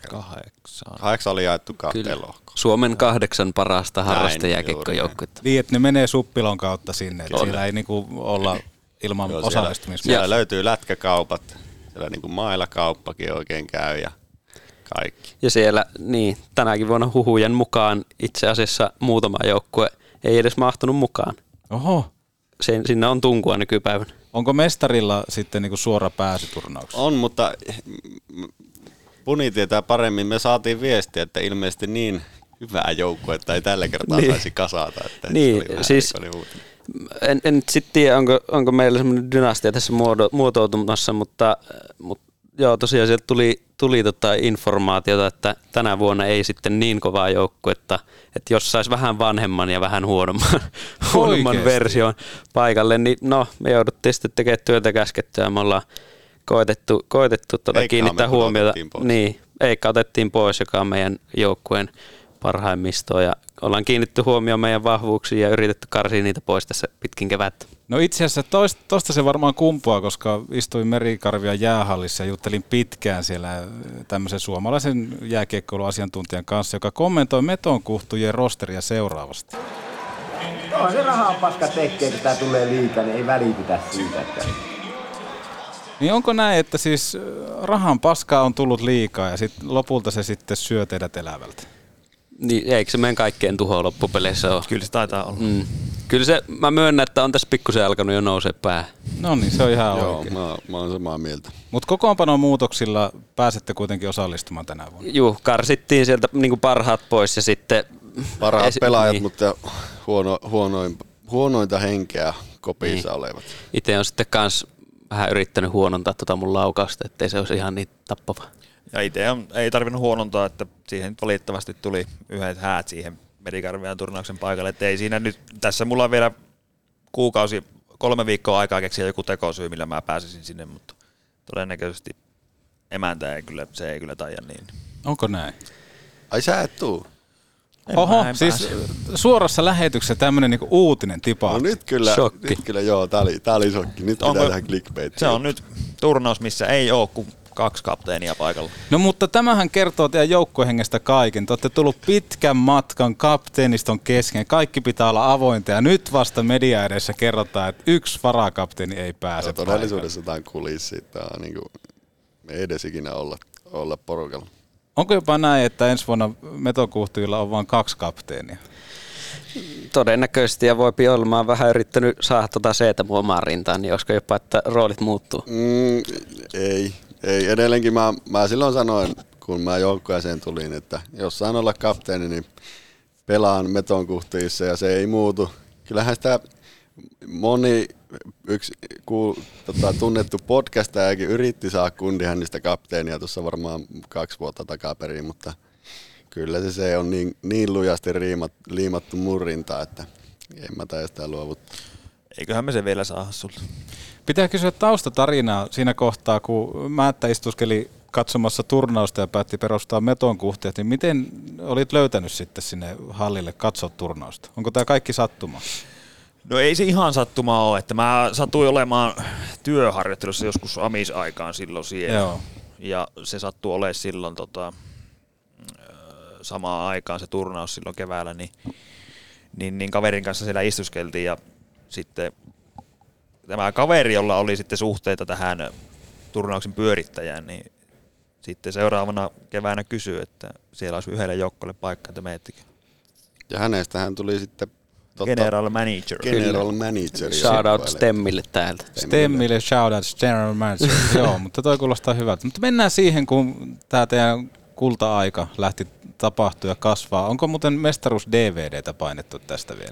8 oli jaettu 2 lohkoon. Suomen 8 parasta harrastajääkiekkojoukkuetta. Niin, että ne menee suppilon kautta sinne, että siellä ei niinku olla ilman osallistumista. Siellä löytyy lätkäkaupat, siellä niinku mailakauppakin oikein käy ja kaikki. Ja siellä, tänäkin vuonna huhujen mukaan itse asiassa muutama joukkue ei edes mahtunut mukaan. Oho. Sinne on tunkua nykypäivänä. Onko mestarilla sitten niinku suora pääsy turnaukseen? On, mutta Puni tietää paremmin. Me saatiin viestiä, että ilmeisesti niin hyvää joukkoa, että ei tällä kertaa saisi kasata. Että siis en sitten tiedä, onko meillä semmoinen dynastia tässä muotoutumassa, mutta joo, tosiaan sieltä tuli informaatiota, että tänä vuonna ei sitten niin kovaa joukkuetta, että jos saisi vähän vanhemman ja vähän huonomman version paikalle, niin me jouduttiin sitten tekemään työtä käskettyä. Me ollaan koetettu kiinnittää huomiota. Eikka otettiin pois, joka on meidän joukkueen parhaimmistoa, ja ollaan kiinnitetty huomioon meidän vahvuuksiin ja yritetty karsia niitä pois tässä pitkin kevättä. No itse asiassa tosta se varmaan kumpuaa, koska istuin Merikarvian jäähallissa ja juttelin pitkään siellä tämmöisen suomalaisen jääkiekkoiluasiantuntijan kanssa, joka kommentoi Metonkuhtujen rosteria seuraavasti. No se rahaa paska tekee, kun tää tulee liikaa, niin ei välitetä siitä. Niin onko näin, että siis rahan paskaa on tullut liikaa ja lopulta se sitten syö teidät elävältä? Niin, eikö se meidän kaikkeen tuhoa loppupeleissä ole? Kyllä se taitaa olla. Kyllä se, mä myönnän, että on tässä pikkusen alkanut jo nousee päähän. No niin, se on ihan oikein. Mä oon samaa mieltä. Mutta kokoonpanon muutoksilla pääsette kuitenkin osallistumaan tänä vuonna. Juu, karsittiin sieltä niinku parhaat pois ja sitten... Parhaat pelaajat, mutta huonointa henkeä kopissa olevat. Itse on sitten kans vähän yrittänyt huonontaa mun laukausta, ettei se olisi ihan niin tappava. Ja itse ei tarvinnut huonontaa, että siihen valitettavasti tuli yhdet häät siihen Merikarvian turnauksen paikalle. Että ei siinä nyt, tässä mulla on vielä 3 viikkoa aikaa keksiä joku tekosyy, millä mä pääsisin sinne, mutta todennäköisesti emäntä se ei kyllä taida niin. Onko näin? Ai sä et tuu? Oho, siis suorassa lähetyksessä tämmöinen niinku uutinen tipaa. No nyt kyllä joo, tää oli shokki. Nyt pitää tehdä clickbait. Se on nyt turnaus, missä ei ole kuin 2 kapteenia paikalla. No mutta tämähän kertoo teidän joukkuehengestä kaiken. Te olette tullut pitkän matkan kapteeniston kesken. Kaikki pitää olla avointa ja nyt vasta media edessä kerrotaan, että 1 varakapteeni ei pääse. Todellisuudessa tämä on kulissi. Tämä on niin kuin, me ei edes ikinä olla porukalla. Onko jopa näin, että ensi vuonna Metokuhtujilla on vain 2 kapteenia? Todennäköisesti ja voipi olla. Mä oon vähän yrittänyt saada C-tä mun omaan rintaan, niin olisiko jopa, että roolit muuttuu? Ei. Edelleenkin mä silloin sanoin, kun mä joukkueeseen tulin, että jos saan olla kapteeni, niin pelaan Metonkuhtujissa ja se ei muutu. Kyllähän sitä moni tunnettu podcastajakin yritti saada Kundihännistä kapteenia tuossa varmaan 2 vuotta takaperin, mutta kyllä se on niin lujasti liimattu murrinta, että en mä taida sitä luovuttaa. Eiköhän me se vielä saa sulta. Pitää kysyä taustatarinaa siinä kohtaa, kun Määttä istuskeli katsomassa turnausta ja päätti perustaa Metonkuhtijat, niin miten olit löytänyt sitten sinne hallille katsoa turnausta? Onko tämä kaikki sattuma? No ei se ihan sattuma ole, että mä satuin olemaan työharjoittelussa joskus amisaikaan silloin siellä. Joo. Ja se sattui olemaan silloin samaan aikaan se turnaus silloin keväällä, niin kaverin kanssa siellä istuskeltiin ja sitten tämä kaveri, jolla oli sitten suhteita tähän turnauksen pyörittäjään, niin sitten seuraavana keväänä kysyi, että siellä olisi yhdelle joukkoille paikka, että meettekö. Ja hänestähän tuli sitten General Manager. General Manager. Shoutout Stemmille täältä. Stemmille shoutout General Manager. Joo, mutta toi kuulostaa hyvältä. Mutta mennään siihen, kun tämä teidän kulta-aika lähti tapahtua ja kasvaa. Onko muuten mestaruus-DVDtä painettu tästä vielä?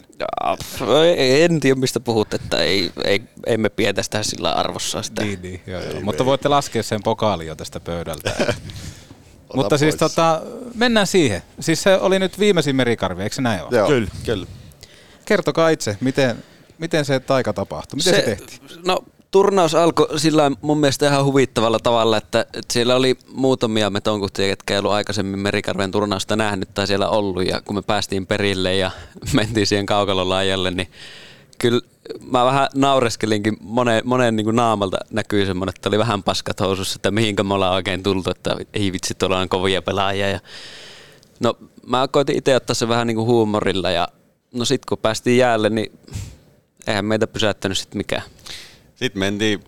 En tiedä, mistä puhut, että ei me pidä sitä sillä arvossa sitä. Niin, joo. Mutta voitte laskea sen pokaalin jo tästä pöydältä. Mutta siis mennään siihen. Siis se oli nyt viimeisin merikarvi, eikö se näin ole? Joo, kyllä. Kertokaa itse, miten se taika tapahtui? Miten se tehtiin? No, turnaus alkoi sillä mun mielestä ihan huvittavalla tavalla, että siellä oli muutamia Metonkuhtia, jotka ei ollut aikaisemmin Merikarven turnausta nähnyt tai siellä ollut. Ja kun me päästiin perille ja mentiin siihen kaukalolaajalle, niin kyllä mä vähän naureskelinkin. Monen niin kuin naamalta näkyi semmoinen, että oli vähän paskat housussa, että mihinkä me ollaan oikein tultu, että ei vitsi, tuolla on kovia pelaajia. Ja no, mä koitin itse ottaa se vähän niin kuin huumorilla ja no sit kun päästiin jäälle, niin eihän meitä pysäyttänyt sit mikään. Sitten mentiin,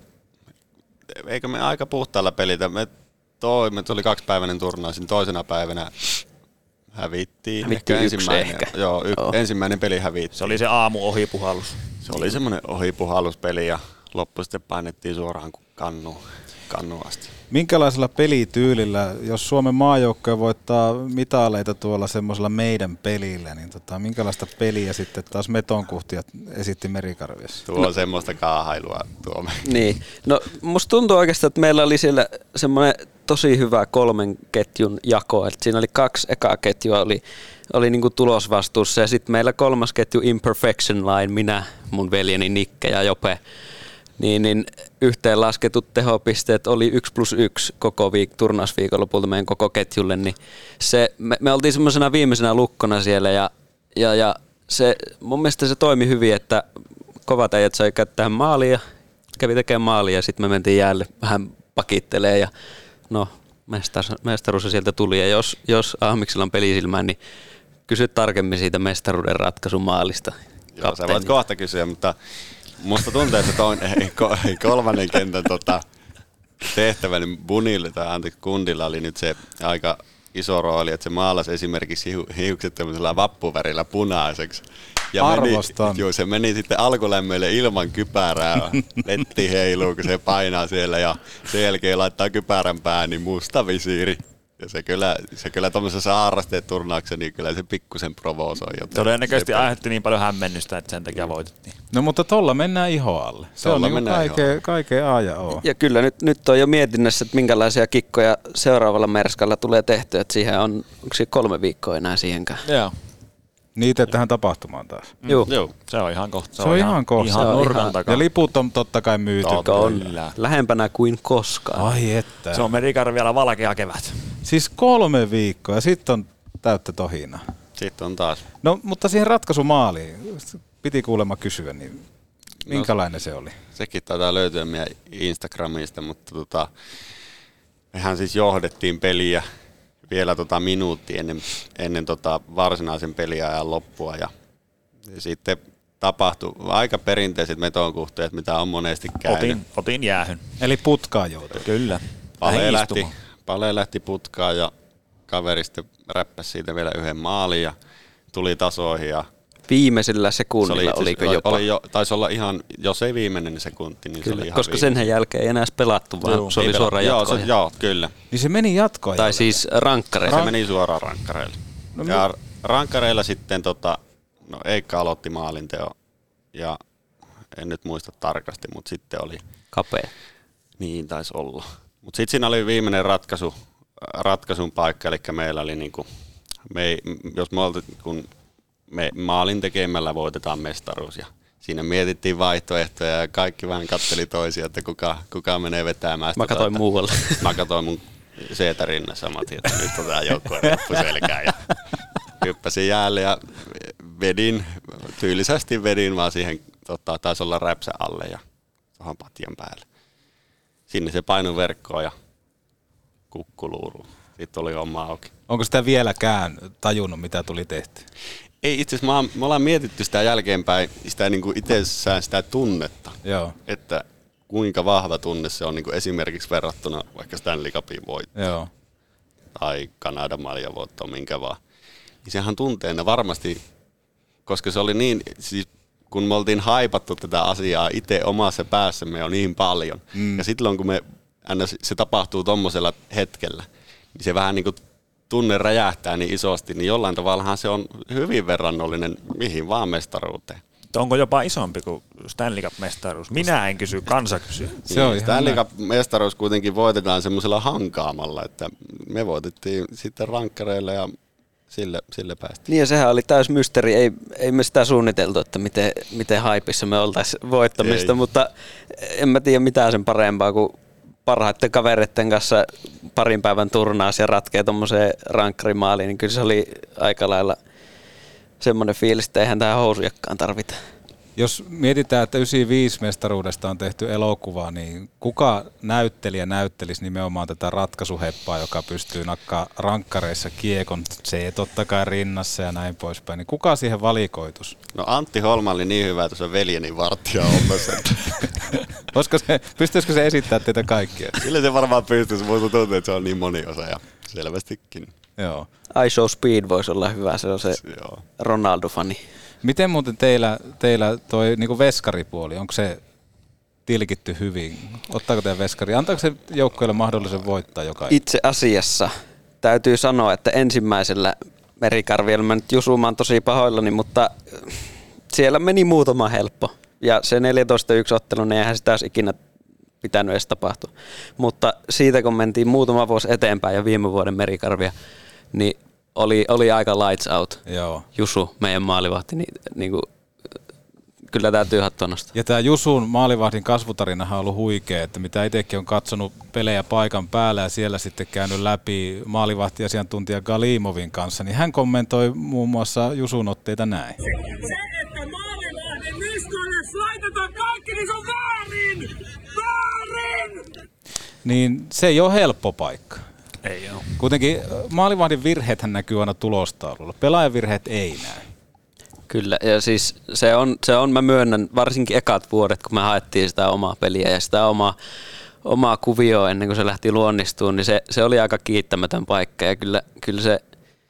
eikö me aika puhtaalla pelitä, me tuli 2-päiväinen turnaus, niin toisena päivänä hävittiin ensimmäinen. Joo, ensimmäinen peli hävittiin. Se oli se aamu ohipuhallus. Se oli semmoinen ohipuhalluspeli ja loppu sitten painettiin suoraan kannuun asti. Minkälaisella pelityylillä, jos Suomen maajoukkue voittaa mitaleita tuolla semmoisella meidän pelillä, niin minkälaista peliä sitten taas Metonkuhtijat esitti Merikarviassa? Tuo on semmoista kaahailua tuo. Niin, no musta tuntuu oikeastaan, että meillä oli siellä semmoinen tosi hyvä 3 ketjun jako, että siinä oli 2 ekaa ketjua oli niinku tulosvastuussa ja sitten meillä 3. ketju Imperfection Line, minä, mun veljeni Nikke ja Jope. Niin yhteen lasketut tehopisteet oli 1+1 koko turnausviikonlopulta meidän koko ketjulle, niin me oltiin semmoisena viimeisenä lukkona siellä ja se, mun mielestä se toimi hyvin, että kovat äijät sai käyttää maalia, kävi tekemään maalia ja sitten me mentiin jäälle vähän pakittelee ja no mestaruus sieltä tuli ja jos Ahmiksella on pelisilmään, niin kysy tarkemmin siitä mestaruuden ratkaisumaalista. Joo, sä voit kohta kysyä, mutta musta tuntuu, että kolmannen kentän tehtävä, niin Bunille tai Kundilla oli nyt se aika iso rooli, että se maalasi esimerkiksi hiukset tämmöisellä vappuvärillä punaiseksi. Ja se meni sitten alkulämmöille ilman kypärää, letti heiluu, kun se painaa siellä ja sen jälkeen laittaa kypärän päähän, niin musta visiiri. Ja se kyllä tuollaisessa harrasteeturnauksessa, niin kyllä se pikkusen provosoi. Todennäköisesti aiheutti niin paljon hämmennystä, että sen takia voitettiin. No mutta tolla mennään ihoalle. Se on niin kaikkea A ja O. Ja kyllä nyt on jo mietinnässä, että minkälaisia kikkoja seuraavalla Merskalla tulee tehtyä. Että siihen onko 3 viikkoa enää siihenkään. Joo. Niitä tähän tapahtumaan taas. Joo. Se on ihan kohta. Se on ihan kohta. Ihan nurkan takaa. Ja liput on totta kai myyty. On lähempänä kuin koskaan. Ai että. Se on Merikarvialla valkea kevät. Siis 3 viikkoa ja sitten on täyttä tohinaa. Sitten on taas. No, mutta siihen ratkaisumaaliin, piti kuulemma kysyä, niin minkälainen se oli? Sekin taitaa löytyä meidän Instagramista, mutta mehän siis johdettiin peliä vielä minuutti ennen varsinaisen peliajan loppua ja sitten tapahtui aika perinteiset metonkuhtajat, mitä on monesti käynyt. Otin jäähyn. Eli putkaan joutui. Kyllä. Pale lähti putkaan ja kaveri sitten räppäsi siitä vielä yhden maalin ja tuli tasoihin. Ja viimeisellä sekunnilla oliko jopa? Taisi olla ihan, jos ei viimeinen sekunti, niin kyllä, se oli ihan koska viimeinen. senhän jälkeen ei enää pelattu, vaan se oli suoraan jatkoon. Joo, kyllä. Niin se meni jatkoon. Tai siis rankkareille. Se meni suoraan rankkareille. No, ja rankkareilla sitten Eikka aloitti maalinteon ja en nyt muista tarkasti, mutta sitten oli kapea. Niin taisi olla. Mutta sitten siinä oli viimeinen ratkaisun paikka, eli meillä oli niinku, jos me oltiin, kun me maalin tekemällä voitetaan mestaruus ja siinä mietittiin vaihtoehtoja ja kaikki vähän katteli toisia, että kuka menee vetämään. Mä katsoin muualle. Mä katsoin mun seetä rinnassa, että nyt on tää joukkue reppuselkään ja hyppäsin jäälle ja tyylisesti vedin vaan siihen, taisi olla räpsä alle ja tuohon patjan päälle. Sinne se painui verkkoon ja kukkuluuruun. Sitten oli homma auki. Onko sitä vieläkään tajunnut, mitä tuli tehty? Ei, itse asiassa me ollaan mietitty sitä jälkeenpäin, sitä niin kuin itsessään sitä tunnetta. Joo. Että kuinka vahva tunne se on niin kuin esimerkiksi verrattuna vaikka Stanley Cupin voittoon. Joo. Tai Kanadan maljan voittoon, minkä vaan. Niin sehän tunteena varmasti, koska se oli niin, siis kun me oltiin haipattu tätä asiaa itse omassa päässämme jo niin paljon. Ja silloin kun se tapahtuu tommosella hetkellä, niin se vähän niin kuin tunne räjähtää niin isosti, niin jollain tavallahan se on hyvin verrannollinen mihin vaan mestaruuteen. Onko jopa isompi kuin Stanley Cup-mestaruus? Minä en kysy, kansa kysyy. Se on Stanley Cup-mestaruus kuitenkin voitetaan semmoisella hankaamalla, että me voitettiin sitten rankkareilla ja sille päästiin. Niin ja sehän oli täys mysteeri, ei me sitä suunniteltu, että miten haipissa me oltaisiin voittamista, mutta en mä tiedä mitään sen parempaa kuin parhaiten kavereiden kanssa parin päivän turnaus ja ratkee tommoseen rankkarimaaliin, niin kyllä se oli aika lailla semmoinen fiilis, että eihän tähän housujakkaan tarvita. Jos mietitään, että 95 mestaruudesta on tehty elokuva, niin kuka näyttelijä näyttelisi nimenomaan tätä ratkaisuheppaa, joka pystyy nakkaa rankkareissa kiekon, se totta kai rinnassa ja näin poispäin, niin kuka siihen valikoitus? No Antti Holma oli niin hyvä tuossa veljeni vartija hommassa. Pystyisikö se esittämään teitä kaikkia? Kyllä se varmaan pystyisi, mutta tuntuu, että se on niin moniosaaja selvästikin. Joo. I Show Speed voisi olla hyvä, se on se Ronaldo-fani. Miten muuten teillä toi niinku veskaripuoli, onko se tilkitty hyvin? Ottaako teidän veskari? Antaako se joukkueelle mahdollisen voittaa jokainen? Itse asiassa täytyy sanoa, että ensimmäisellä merikarvialla mä nyt Jusumaan tosi pahoillani, mutta siellä meni muutama helppo. Ja se 14-1 ottelu, niin eihän sitä olisi ikinä pitänyt edes tapahtua. Mutta siitä kun mentiin muutama vuosi eteenpäin ja viime vuoden merikarvia, niin oli aika lights out. Joo. Jusu, meidän maalivahti, niin kuin, kyllä täytyy hattua nostaa. Ja tämä Jusun maalivahdin kasvutarinahan on ollut huikea, että mitä itsekin on katsonut pelejä paikan päällä ja siellä sitten käynyt läpi maalivahtiasiantuntija Galimovin kanssa, niin hän kommentoi muun muassa Jusun otteita näin. Se, että maalivahdin niskoille laitetaan kaikki, niin se on väärin! Väärin! Niin se ei ole helppo paikka. Ei ole. Kuitenkin maalivahdin virheethän näkyy aina tulostaululla. Pelaajan virheet ei näy. Kyllä, ja siis se on, mä myönnän, varsinkin ekat vuodet, kun me haettiin sitä omaa peliä ja sitä omaa kuvioa ennen kuin se lähti luonnistumaan, niin se oli aika kiittämätön paikka. Ja kyllä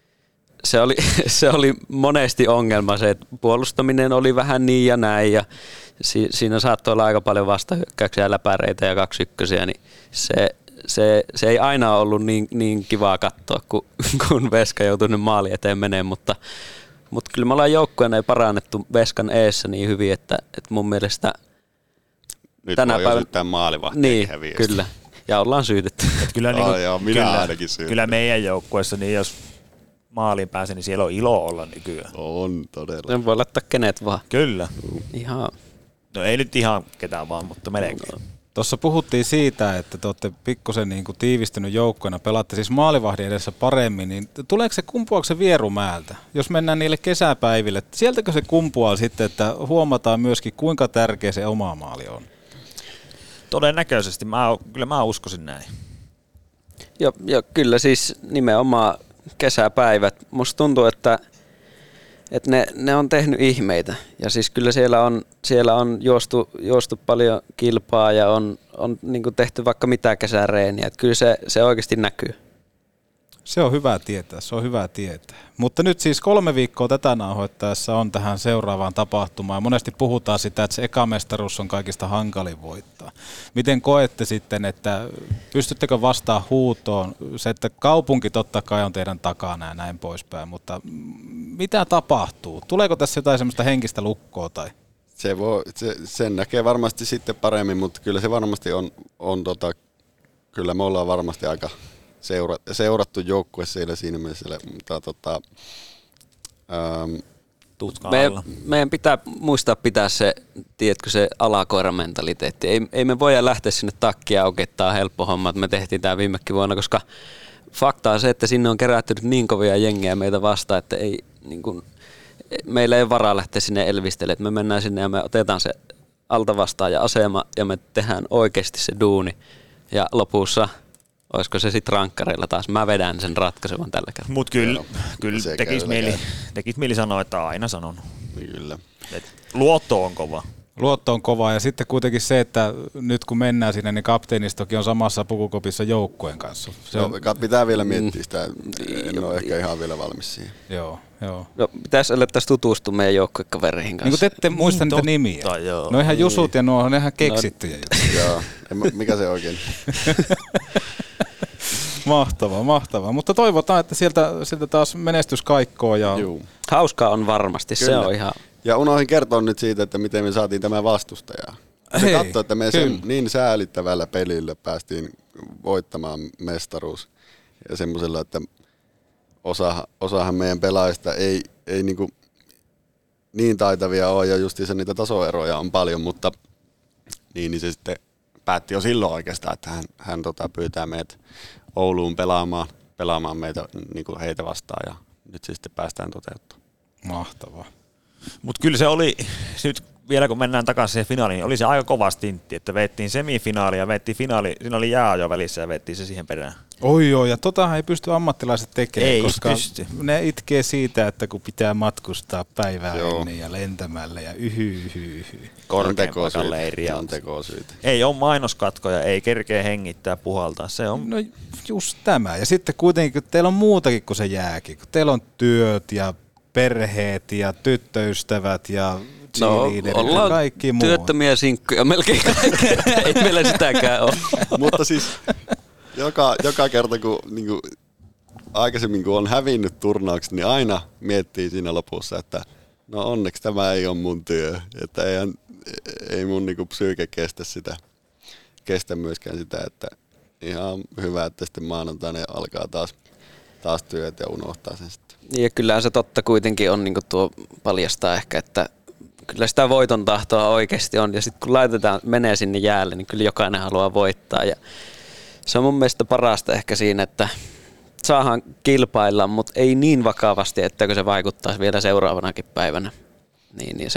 se oli monesti ongelma se, että puolustaminen oli vähän niin ja näin, ja siinä saattoi olla aika paljon vastahyökkäyksiä, läpäreitä ja 2-1, niin se ei aina ollut niin kivaa katsoa, kun Veska joutui nyt maali eteen meneen, mutta kyllä me ollaan joukkueena ei parannettu Veskan eessä niin hyvin, että mun mielestä nyt tänä voi päivänä syyttää maalivahtia niin, häviöstä. kyllä. Ja ollaan syytetty. Kyllä, niin kuin, joo, minä ainakin syytän. Kyllä meidän joukkueessa, niin jos maaliin pääsee, niin siellä on ilo olla nykyään. On todella. Sen voi laittaa kenet vaan. Kyllä. Ihan. No ei nyt ihan ketään vaan, mutta melkein. Tuossa puhuttiin siitä, että te olette pikkusen niin kuin tiivistynyt joukkoina, pelaatte siis maalivahdin edessä paremmin, niin kumpuaako se Vierumäeltä? Jos mennään niille kesäpäiville, sieltäkö se kumpuaa sitten, että huomataan myöskin kuinka tärkeä se oma maali on? Todennäköisesti, kyllä mä uskoisin näin. Joo, kyllä siis nimenomaan kesäpäivät. Musta tuntuu, että ne on tehnyt ihmeitä. Ja siis kyllä siellä on juostu paljon kilpaa ja on niin kuin tehty vaikka mitä kesäreeniä. Että kyllä se oikeasti näkyy. Se on hyvä tietää, Mutta nyt siis 3 viikkoa tätä nauhoittaessa on tähän seuraavaan tapahtumaan. Ja monesti puhutaan sitä, että se eka mestaruus on kaikista hankalin voittaa. Miten koette sitten, että pystyttekö vastaan huutoon? Se, että kaupunki totta kai on teidän takana ja näin poispäin, mutta mitä tapahtuu? Tuleeko tässä jotain semmoista henkistä lukkoa tai? Sen näkee varmasti sitten paremmin, mutta kyllä se varmasti on kyllä me ollaan varmasti aika seurattu joukkue siellä siinä mielessä, mutta meidän pitää muistaa pitää se, tiedätkö, se alakoiramentaliteetti. Ei me voida lähteä sinne takkia auki, että tämä on helppo homma, että me tehtiin tämä viimekin vuonna, koska fakta on se, että sinne on kerättynyt niin kovia jengejä meitä vastaan, että meillä ei ole varaa lähteä sinne elvistelemään, että me mennään sinne ja me otetaan se alta vastaan ja asema ja me tehdään oikeasti se duuni ja lopussa olisiko se sitten rankkareilla taas? Mä vedän sen ratkaisevan tällä kertaa. Mut kyllä tekis mieli sanoa, että aina sanon. Kyllä. Luotto on kova. Luotto on kova ja sitten kuitenkin se, että nyt kun mennään sinne, niin kapteenistokin on samassa pukukopissa joukkueen kanssa. Pitää vielä miettiä sitä, en ole ehkä ihan vielä valmis siihen. Joo. No, pitäisi alettaisiin tutustua meidän joukkuekavereihin kanssa. Niin kuin te ette muista niitä nimiä. No ihan Jusut ja nuo on ihan keksittyjä. Joo, mikä se oikein? Mahtavaa. Mutta toivotaan, että sieltä taas menestys kaikkoo. Hauskaa on varmasti, kyllä. Se on ihan. Ja unohdin kertoa nyt siitä, että miten me saatiin tämä vastustaja. Se katsoi, että me niin säälittävällä pelillä päästiin voittamaan mestaruus. Ja semmoisella, että osahan meidän pelaajista ei niin taitavia ole, ja justiinsa niitä tasoeroja on paljon, mutta niin se sitten päätti jo silloin oikeastaan, että hän pyytää meidät Ouluun pelaamaan meitä niin kuin heitä vastaan, ja nyt se sitten päästään toteuttamaan. Mahtavaa. Mutta kyllä se oli, nyt vielä kun mennään takaisin siihen finaaliin, niin oli se aika kova stintti, että veettiin semifinaali ja veettiin finaali, siinä oli jääajo välissä ja veettiin se siihen perään. Oi joo, ja totahan ei pysty ammattilaiset tekemään, ei koska pysty. Ne itkee siitä, että kun pitää matkustaa päivää ennen ja lentämällä ja korkean paikan leiriä. Ei ole mainoskatkoja, ei kerkeä hengittää puhaltaa. Se on. No just tämä. Ja sitten kuitenkin, kun teillä on muutakin kuin se jääkin, kun teillä on työt ja perheet ja tyttöystävät ja cheerleaderit ja kaikki muu. Työttömiä sinkkuja melkein kaikki. Ei meillä sitäkään ole. Mutta siis joka kerta, kun niinku, aikaisemmin kun on hävinnyt turnaukset, niin aina miettii siinä lopussa, että no onneksi tämä ei ole mun työ. Että ei mun niinku psyyke kestä myöskään sitä, että ihan hyvä, että sitten maanantaina alkaa taas työt ja unohtaa sen sitten. Ja kyllähän se totta kuitenkin on, niin kuin tuo paljastaa ehkä, että kyllä sitä voiton tahtoa oikeasti on. Ja sitten kun menee sinne jäälle, niin kyllä jokainen haluaa voittaa. Ja se on mun mielestä parasta ehkä siinä, että saadaan kilpailla, mutta ei niin vakavasti, että se vaikuttaisi vielä seuraavanakin päivänä. Niin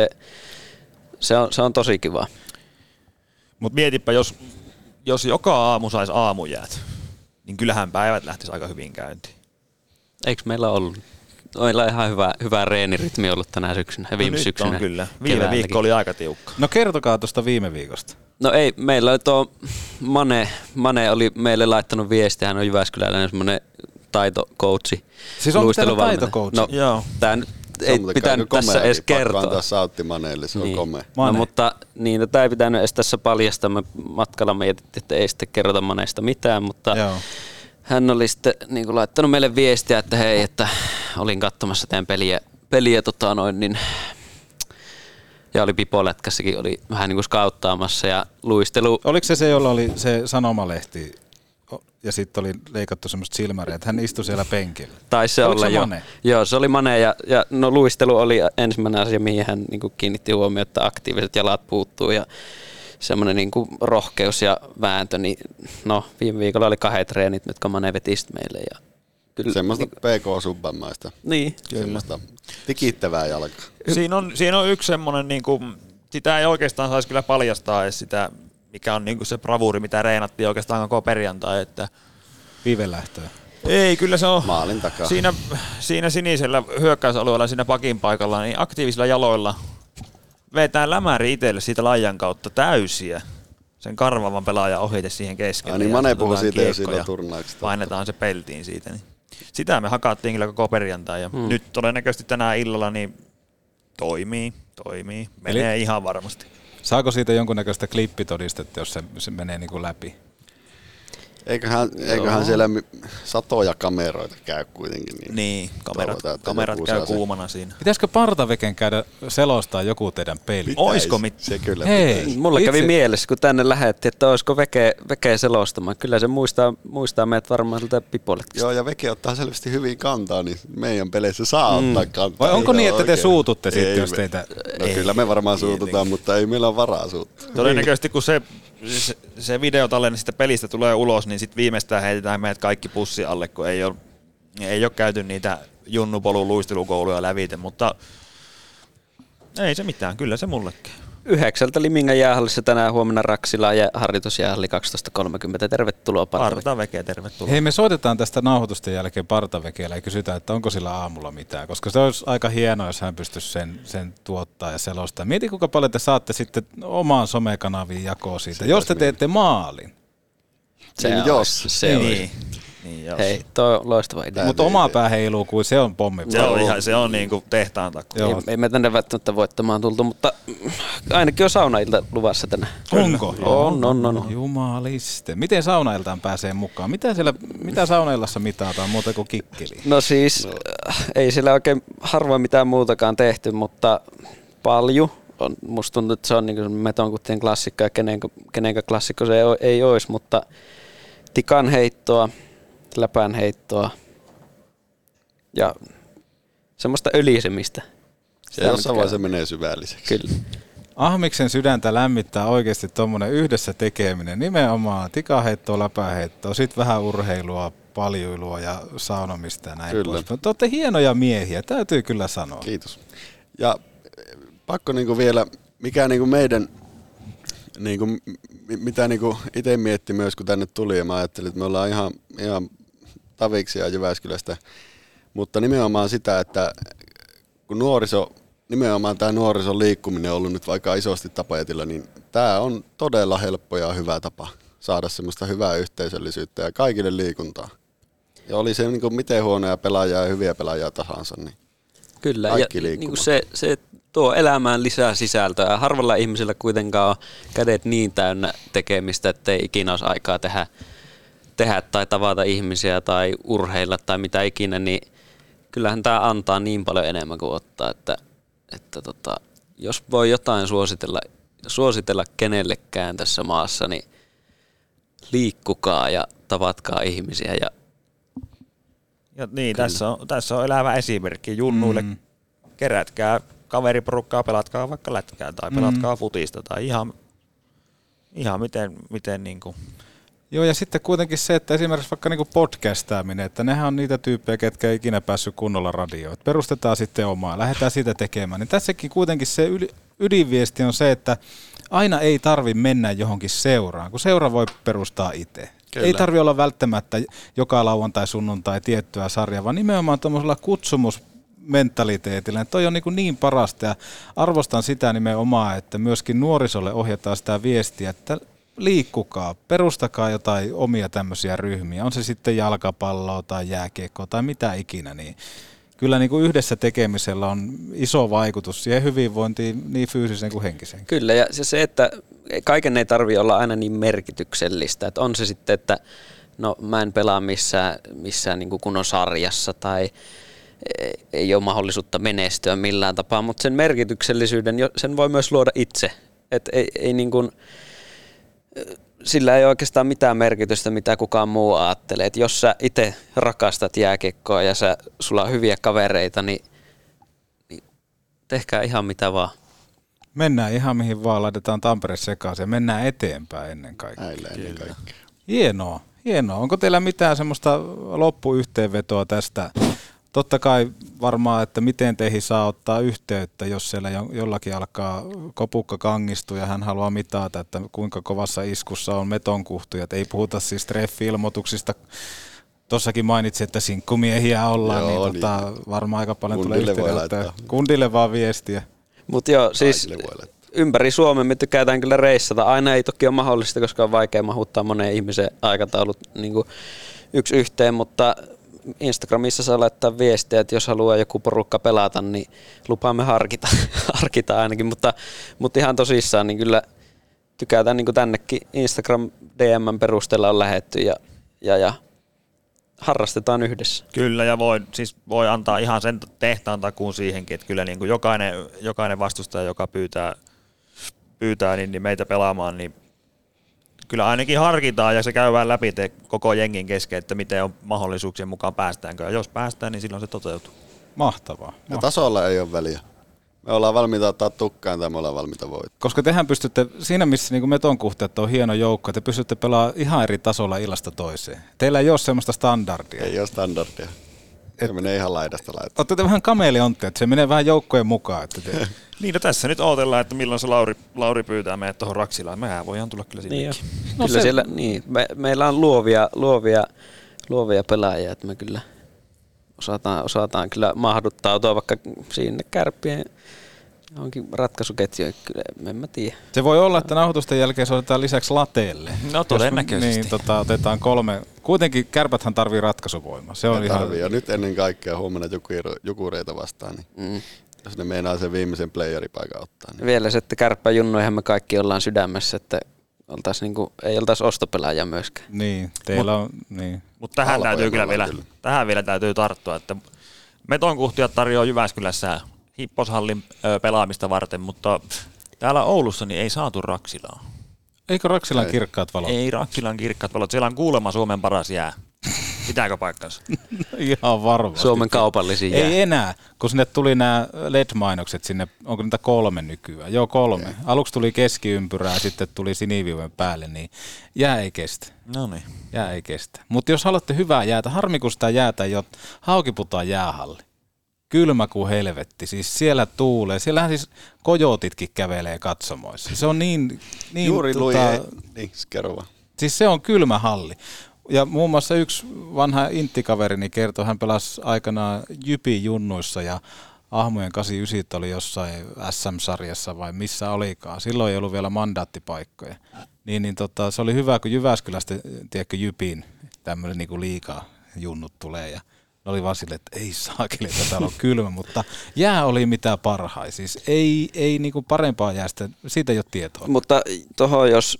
se on tosi kiva. Mutta mietipä, jos joka aamu saisi aamujäät, niin kyllähän päivät lähtisi aika hyvin käyntiin. Eikö meillä ollut? Meillä on ihan hyvä reenirytmi ollut tänä syksynä ja viime syksynä. On kyllä. Viime viikko oli aika tiukka. No kertokaa tuosta viime viikosta. No ei, meillä oli tuo Mane oli meille laittanut viestiä, hän on Jyväskyläläinen semmoinen taitokoutsi. Siis onko teillä taitokoutsi? No joo. Tää nyt ei pitänyt tässä edes kertoa. Pakko antaa sautti Maneelle, se on komea. No, mutta niin, tämä ei pitänyt edes tässä paljastaa. Me matkalla mietittiin, että ei sitten kerrota Maneesta mitään, mutta joo. Hän oli sitten niin kuin laittanut meille viestiä, että hei, että olin katsomassa teidän peliä niin, ja oli Pipolätkässäkin, oli vähän niin kuin skauttaamassa ja luistelu. Oliko se, jolla oli se sanomalehti ja sitten oli leikattu semmoista silmäriä, että hän istui siellä penkillä? Taisi se olla, jo. Joo, se oli Mane ja no, luistelu oli ensimmäinen asia, mihin hän niin kuin kiinnitti huomioon, että aktiiviset jalat puuttuu ja semmoinen niin kuin rohkeus ja vääntö, niin no viime viikolla oli 2 treenit, mitkä Mane veti meille. Ja kyllä, semmoista PK-subbamaista. Niin. Semmoista tikittävää jalkaa. Siinä on yksi semmoinen, niin kuin, sitä ei oikeastaan saisi kyllä paljastaa edes sitä, mikä on niin kuin se bravuuri, mitä reenattiin oikeastaan koko perjantai. Että viivelähtöä. Ei, kyllä se on maalin takaa. Siinä sinisellä hyökkäysalueella, siinä pakin paikalla, niin aktiivisilla jaloilla vetää lämäri itselle siitä laajan kautta täysiä sen karvavan pelaajan ohite siihen keskelle. Niin Mane puhui siitä jo siinä turnauksesta. Painetaan se peltiin siitä. Niin. Sitä me hakattiin kyllä koko perjantai ja nyt todennäköisesti tänään illalla niin toimii. Menee ihan varmasti. Saako siitä jonkunnäköistä klippitodistetta, jos se menee niin kuin läpi? Eiköhän siellä satoja kameroita käy kuitenkin. Niin kamerat käy kuumana siinä. Pitäisikö Partaveken käydä selostaa joku teidän peli? Oisko se kyllä Hei, mulla kävi mielessä, kun tänne lähetti, että olisiko Veke selostamaan. Kyllä se muistaa meidät varmaan siltä Pipolle. Joo, ja Veke ottaa selvästi hyvin kantaa, niin meidän peleissä saa ottaa kantaa. Vai onko niin, että te suututte sitten, jos teitä... No kyllä me varmaan suututaan, mutta ei meillä ole varaa suuttua. Todennäköisesti kun se videotallenne sitä pelistä tulee ulos, niin sitten viimeistään heitetään meidät kaikki pussi alle, kun ei ole käyty niitä junnupolun luistelukouluja lävite, mutta ei se mitään, kyllä se mullekin. 9 Limingan jäähallissa tänään, huomenna Raksila ja harjoitusjäähalli 12.30. Tervetuloa Partaveke, tervetuloa. Hei, me soitetaan tästä nauhoitusten jälkeen Partavekeellä ja kysytään, että onko sillä aamulla mitään, koska se olisi aika hienoa, jos hän pystyisi sen tuottaa ja selostaa. Mieti, kuinka paljon te saatte sitten omaan somekanaviin jakoa siitä, jos te teette maalin. Se olisi. Niin, hei, toi on loistava idea. Mutta oma pää heiluu, kuin se on pommi. Se on niin kuin tehtaan takku. Ei me tänne välttämättä voittamaan tultu, mutta ainakin on saunailta luvassa tänään. Onko? On. Jumaliste. Miten saunailtaan pääsee mukaan? Mitä saunaillassa mitataan muuta kuin kikkeliin? No siis, ei siellä oikein harvoin mitään muutakaan tehty, mutta paljon. Musta tuntuu, että se on niin Metonkuttien klassikko ja kenenkä klassikko se ei olisi, mutta tikan heittoa, läpän heittoa ja semmoista ölisemistä. Se jossain vaiheessa menee syvälliseksi. Kyllä. Ahmiksen sydäntä lämmittää oikeasti tuommoinen yhdessä tekeminen, nimenomaan tikaheittoa, läpäheittoa, sitten vähän urheilua, paljuilua ja saunomista ja näin pois. Te olette hienoja miehiä, täytyy kyllä sanoa. Kiitos. Ja pakko niinku vielä, mikä niinku meidän, niinku, mitä niinku itse mietti myös, kun tänne tuli, ja mä ajattelin, että me ollaan ihan Taviksia Jyväskylästä, mutta nimenomaan sitä, että kun nimenomaan tämä nuorison liikkuminen on ollut nyt vaikka isosti tapetilla, niin tämä on todella helppo ja hyvä tapa saada semmoista hyvää yhteisöllisyyttä ja kaikille liikuntaa. Ja oli se niin miten huonoja pelaajia ja hyviä pelaajia tahansa, niin kyllä, ja niin se tuo elämään lisää sisältöä. Harvalla ihmisellä kuitenkaan on kädet niin täynnä tekemistä, ettei ikinä olisi aikaa tehdä tai tavata ihmisiä tai urheilla tai mitä ikinä, niin kyllähän tämä antaa niin paljon enemmän kuin ottaa, että jos voi jotain suositella kenellekään tässä maassa, niin liikkukaa ja tavatkaa ihmisiä. Ja niin, tässä on elävä esimerkki. Junnuille kerätkää kaveriporukkaa, pelatkaa vaikka lätkää tai pelatkaa futista tai ihan miten niin kuin. Joo, ja sitten kuitenkin se, että esimerkiksi vaikka niin kuin podcastaaminen, että nehän on niitä tyyppejä, ketkä ei ikinä päässyt kunnolla radioon. Perustetaan sitten omaa, lähdetään siitä tekemään. Niin tässäkin kuitenkin se ydinviesti on se, että aina ei tarvitse mennä johonkin seuraan, kun seura voi perustaa itse. Kyllä. Ei tarvitse olla välttämättä joka lauantai, sunnuntai tiettyä sarjaa, vaan nimenomaan tuollaisella kutsumusmentaliteetillä. Toi on niin parasta ja arvostan sitä nimenomaan, että myöskin nuorisolle ohjataan sitä viestiä, että liikkukaa, perustakaa jotain omia tämmöisiä ryhmiä, on se sitten jalkapalloa tai jääkiekkoa tai mitä ikinä, niin kyllä niin kuin yhdessä tekemisellä on iso vaikutus siihen hyvinvointiin niin fyysiseen kuin henkiseen. Kyllä, ja se, että kaiken ei tarvitse olla aina niin merkityksellistä, että on se sitten, että no mä en pelaa missään niin kuin kunnon sarjassa tai ei ole mahdollisuutta menestyä millään tapaa, mutta sen merkityksellisyyden sen voi myös luoda itse, että ei niin kuin sillä ei oikeastaan mitään merkitystä, mitä kukaan muu ajattelee. Et jos sä itse rakastat jääkiekkoa ja sulla on hyviä kavereita, niin tehkää ihan mitä vaan. Mennään ihan mihin vaan, laitetaan Tampere sekaisin ja mennään eteenpäin ennen kaikkea. Ennen kaikkea. Hienoa. Onko teillä mitään semmoista loppuyhteenvetoa tästä? Totta kai varmaan, että miten teihin saa ottaa yhteyttä, jos siellä jollakin alkaa kopukka kangistua ja hän haluaa mitata, että kuinka kovassa iskussa on metonkuhtujat. Ei puhuta siis treffi-ilmoituksista. Tuossakin mainitsin, että sinkkumiehiä ollaan, joo, niin varmaan aika paljon tulee yhteyttä. Kundille vaan viestiä. Mutta joo, siis ympäri Suomen me tykätään kyllä reissata. Aina ei toki ole mahdollista, koska on vaikea mahuttaa moneen ihmisen aikataulut niin kuin yksi yhteen, mutta Instagramissa saa laittaa viestiä, että jos haluaa joku porukka pelata, niin lupaamme harkita ainakin, mutta ihan tosissaan niin kyllä tykätään niin kuin tännekin Instagram DM:n perusteella on lähetty ja harrastetaan yhdessä. Kyllä, ja voi antaa ihan sen tehtaan takuun siihenkin, että kyllä niin kuin jokainen vastustaja, joka pyytää niin meitä pelaamaan, niin kyllä ainakin harkitaan ja se käydään läpi koko jengin kesken, että miten on mahdollisuuksien mukaan päästäänkö. Ja jos päästään, niin silloin se toteutuu. Mahtavaa. Ja tasolla ei ole väliä. Me ollaan valmiita ottaa tukkaan tai me ollaan valmiita voittaa. Koska tehän pystytte, siinä missä niin metonkuhteet on hieno joukko, te pystytte pelaamaan ihan eri tasolla illasta toiseen. Teillä ei ole semmoista standardia. Ei ole standardia. Se menee ihan laidasta laitaan. Olette te vähän kameleontteja, että se menee vähän joukkojen mukaan. Että niin, no tässä nyt odotellaan, että milloin se Lauri pyytää meidät tuohon Raksilaan. Mehän voidaan tulla kyllä sinnekin. Niin no kyllä siellä, niin. Meillä on luovia pelaajia, että me kyllä osataan kyllä mahduttautua vaikka sinne Kärppien johonkin ratkaisuketjuun, kyllä en mä tiedä. Se voi olla, että nauhoitusten jälkeen se otetaan lisäksi lateelle. No todennäköisesti. Niin, otetaan 3. Kuitenkin Kärpäthän tarvii ratkaisuvoimaa. Se on ihan... Ja nyt ennen kaikkea huomenna Jukureita vastaan, niin jos ne meinaa sen viimeisen playeripaikan ottaa. Niin. Vielä se, että Kärppä-junnuihin me kaikki ollaan sydämessä, että ei oltaisi ostopelaajia myöskään. Niin, teillä on... Niin. Mutta tähän vielä täytyy tarttua, että metonkuhtijat tarjoaa Jyväskylässä Hipposhallin pelaamista varten, mutta täällä Oulussa niin ei saatu Raksilaa. Eikö Raksilan kirkkaat valot? Ei Raksilan kirkkaat valot. Siellä on kuulemma Suomen paras jää. Pitääkö paikkansa? Ihan varmasti. Suomen kaupallisia jää. Ei enää, kun sinne tuli nämä LED-mainokset sinne, onko niitä 3 nykyään? Joo, 3. Okay. Aluksi tuli keskiympyrää, sitten tuli siniviiven päälle, niin jää ei kestä. No niin. Jää ei kestä. Mutta jos haluatte hyvää jäätä, harmi kun sitä jäätä ei ole, Haukiputaan jäähalli. Kylmä kuin helvetti, siis siellä tuulee. Siellähän siis kojootitkin kävelee katsomoissa. Se on niin juuri niin, kerro vaan. Siis se on kylmä halli. Ja muun muassa yksi vanha inttikaverini kertoi, hän pelasi aikanaan Jypin junnuissa ja Ahmojen 89 oli jossain SM-sarjassa vai missä olikaan. Silloin ei ollut vielä mandaattipaikkoja. Se oli hyvä, kun Jyväskylästä, tiedätkö, Jypin tämmöinen niin kuin liikaa junnut tulee ja ne oli vaan silleen, että ei saakeli, että täällä on kylmä, mutta jää oli mitä parhain. Siis ei niinku parempaa jäästä, siitä ei ole tietoa. Mutta tuohon jos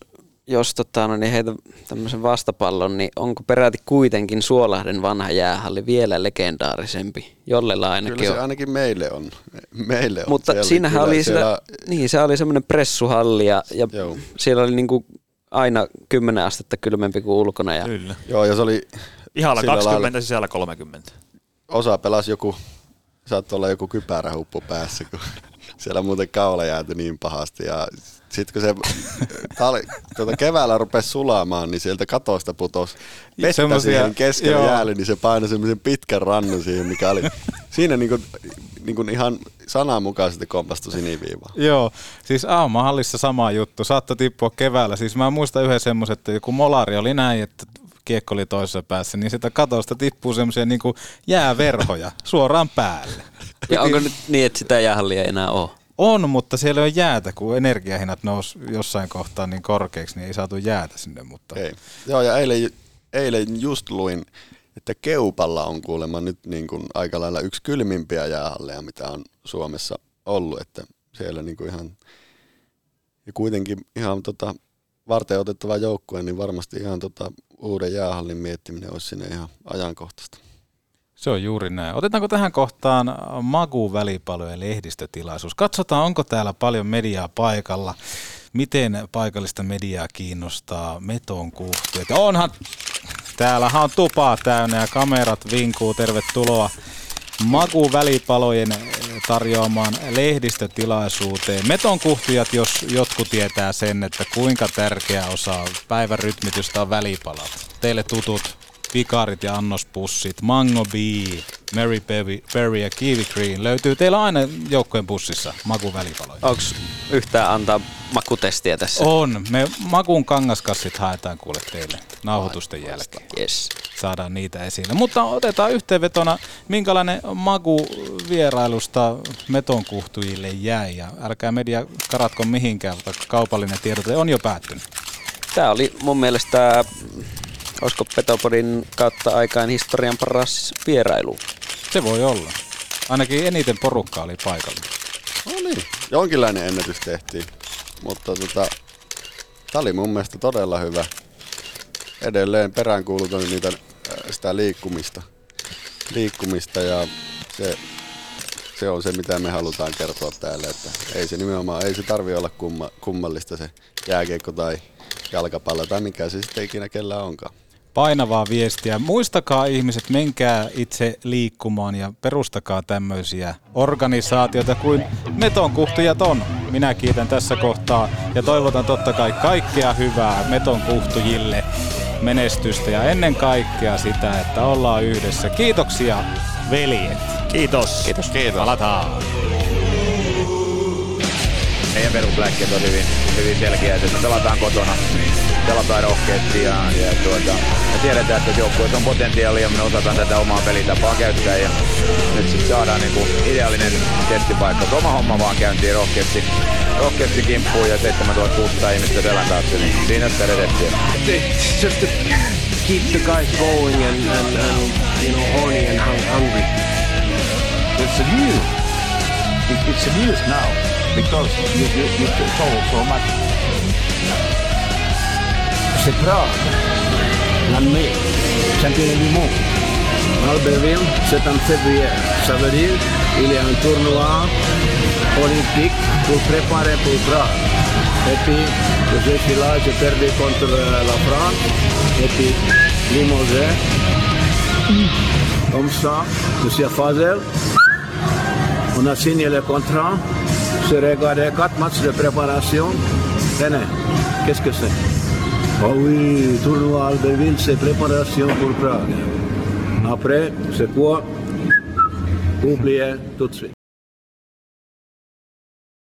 niin heitä tämmöisen vastapallon, niin onko peräti kuitenkin Suolahden vanha jäähalli vielä legendaarisempi? Jollella ainakin kyllä se on. Ainakin meille on. Mutta siinähän oli se oli semmoinen pressuhalli ja siellä oli niinku aina 10 astetta kylmempi kuin ulkona. Ja kyllä. Joo, ja se oli... Pihalla 20, sisällä 30. Osa pelasi saattoi olla joku kypärähuppu päässä, kun siellä muuten kaula jäätyi niin pahasti. Ja sitten kun se keväällä rupesi sulamaan, niin sieltä katosta putosi vettä siihen keskelle jäälle, niin se painoi semmoisen pitkän rannun siihen, mikä oli siinä niin kuin ihan sananmukaisesti kompastui siniviivaan. Joo, siis Aumahallissa sama juttu, saattoi tippua keväällä. Siis mä muistan yhden semmoisen, että joku molari oli näin, että kiekko oli toisessa päässä, niin sitä katosta tippuu semmoisia niin kuin jääverhoja suoraan päälle. Ja onko nyt niin, että sitä jäähallia ei enää ole? On, mutta siellä on jäätä, kun energiahinnat nousi jossain kohtaa niin korkeaksi, niin ei saatu jäätä sinne. Mutta... Ei. Joo, ja eilen just luin, että Keupalla on kuulemma nyt niin kuin aika lailla yksi kylmimpiä jäähalleja, mitä on Suomessa ollut, että siellä niin kuin ihan, ja kuitenkin ihan varten otettava joukkue, niin varmasti ihan uuden jäähallin miettiminen olisi sinne ihan ajankohtaista. Se on juuri näin. Otetaanko tähän kohtaan Magu välipalojen lehdistötilaisuus? Katsotaan, onko täällä paljon mediaa paikalla. Miten paikallista mediaa kiinnostaa metonkuhtijat? Onhan, täällähän on tupaa täynnä ja kamerat vinkuu. Tervetuloa Magu välipalojen tarjoamaan lehdistötilaisuuteen. Metonkuhtijat, jos jotkut tietää sen, että kuinka tärkeä osa päivän rytmitystä on välipalat. Teille tutut pikarit ja annospussit, Mango Bee, Mary Berry ja Kiwi Green löytyy teillä aina joukkojen pussissa makuvälipaloja. Onko yhtään antaa makutestiä tässä? On. Me makun kangaskassit haetaan kuule teille nauhoitusten jälkeen. Yes. Saadaan niitä esille. Mutta otetaan yhteenvetona, minkälainen maku vierailusta metonkuhtujille jäi. Ja älkää media karatko mihinkään, vaikka kaupallinen tiedote on jo päättynyt. Tämä oli mun mielestä, olisiko Petopodin kautta aikaan historian paras vierailu? Se voi olla. Ainakin eniten porukkaa oli paikalla. No niin, jonkinlainen ennätys tehtiin. Mutta tämä oli mun mielestä todella hyvä. Edelleen peräänkuulutan sitä liikkumista ja se on se, mitä me halutaan kertoa täällä. Että ei se tarvitse olla kummallista se jääkiekko tai jalkapallo tai mikä se sitten ikinä kellään onkaan. Painavaa viestiä. Muistakaa ihmiset, menkää itse liikkumaan ja perustakaa tämmöisiä organisaatioita kuin metonkuhtujat on. Minä kiitän tässä kohtaa ja toivotan totta kai kaikkea hyvää metonkuhtujille, menestystä ja ennen kaikkea sitä, että ollaan yhdessä. Kiitoksia veljet. Kiitos. Kiitos. Palataan. Meidän perusläkkeet on hyvin selkeät, että me pelataan kotona, pelataan rohkeasti ja me tiedetään, että joukkueessa on potentiaalia ja me osataan tätä omaa pelitapaa käyttää ja nyt sitten saadaan niinku ideaalinen testipaikka. Oma homma vaan käyntiin rohkeasti kimppuun ja 7600 ihmistä selän taakse, niin siinä sitä redettiä. It's just to keep the guys going and you know, horny and hungry. It's a news. It's a news now. Because you told so much. C'est Prague, l'année, championnat du monde. Albertville, c'est en février. Ça veut dire qu'il y a un tournoi olympique pour préparer pour Prague. Et puis, je suis là, j'ai perdu contre la France. Et puis, Limoges. Comme ça, Monsieur Fazel, on a signé le contrat. J'ai regardé 4 matchs de préparation. Tenez, qu'est-ce que c'est? Oh oui, tournoi Albertville, c'est préparation pour Prague. Après, c'est quoi? Oubliez tout de suite.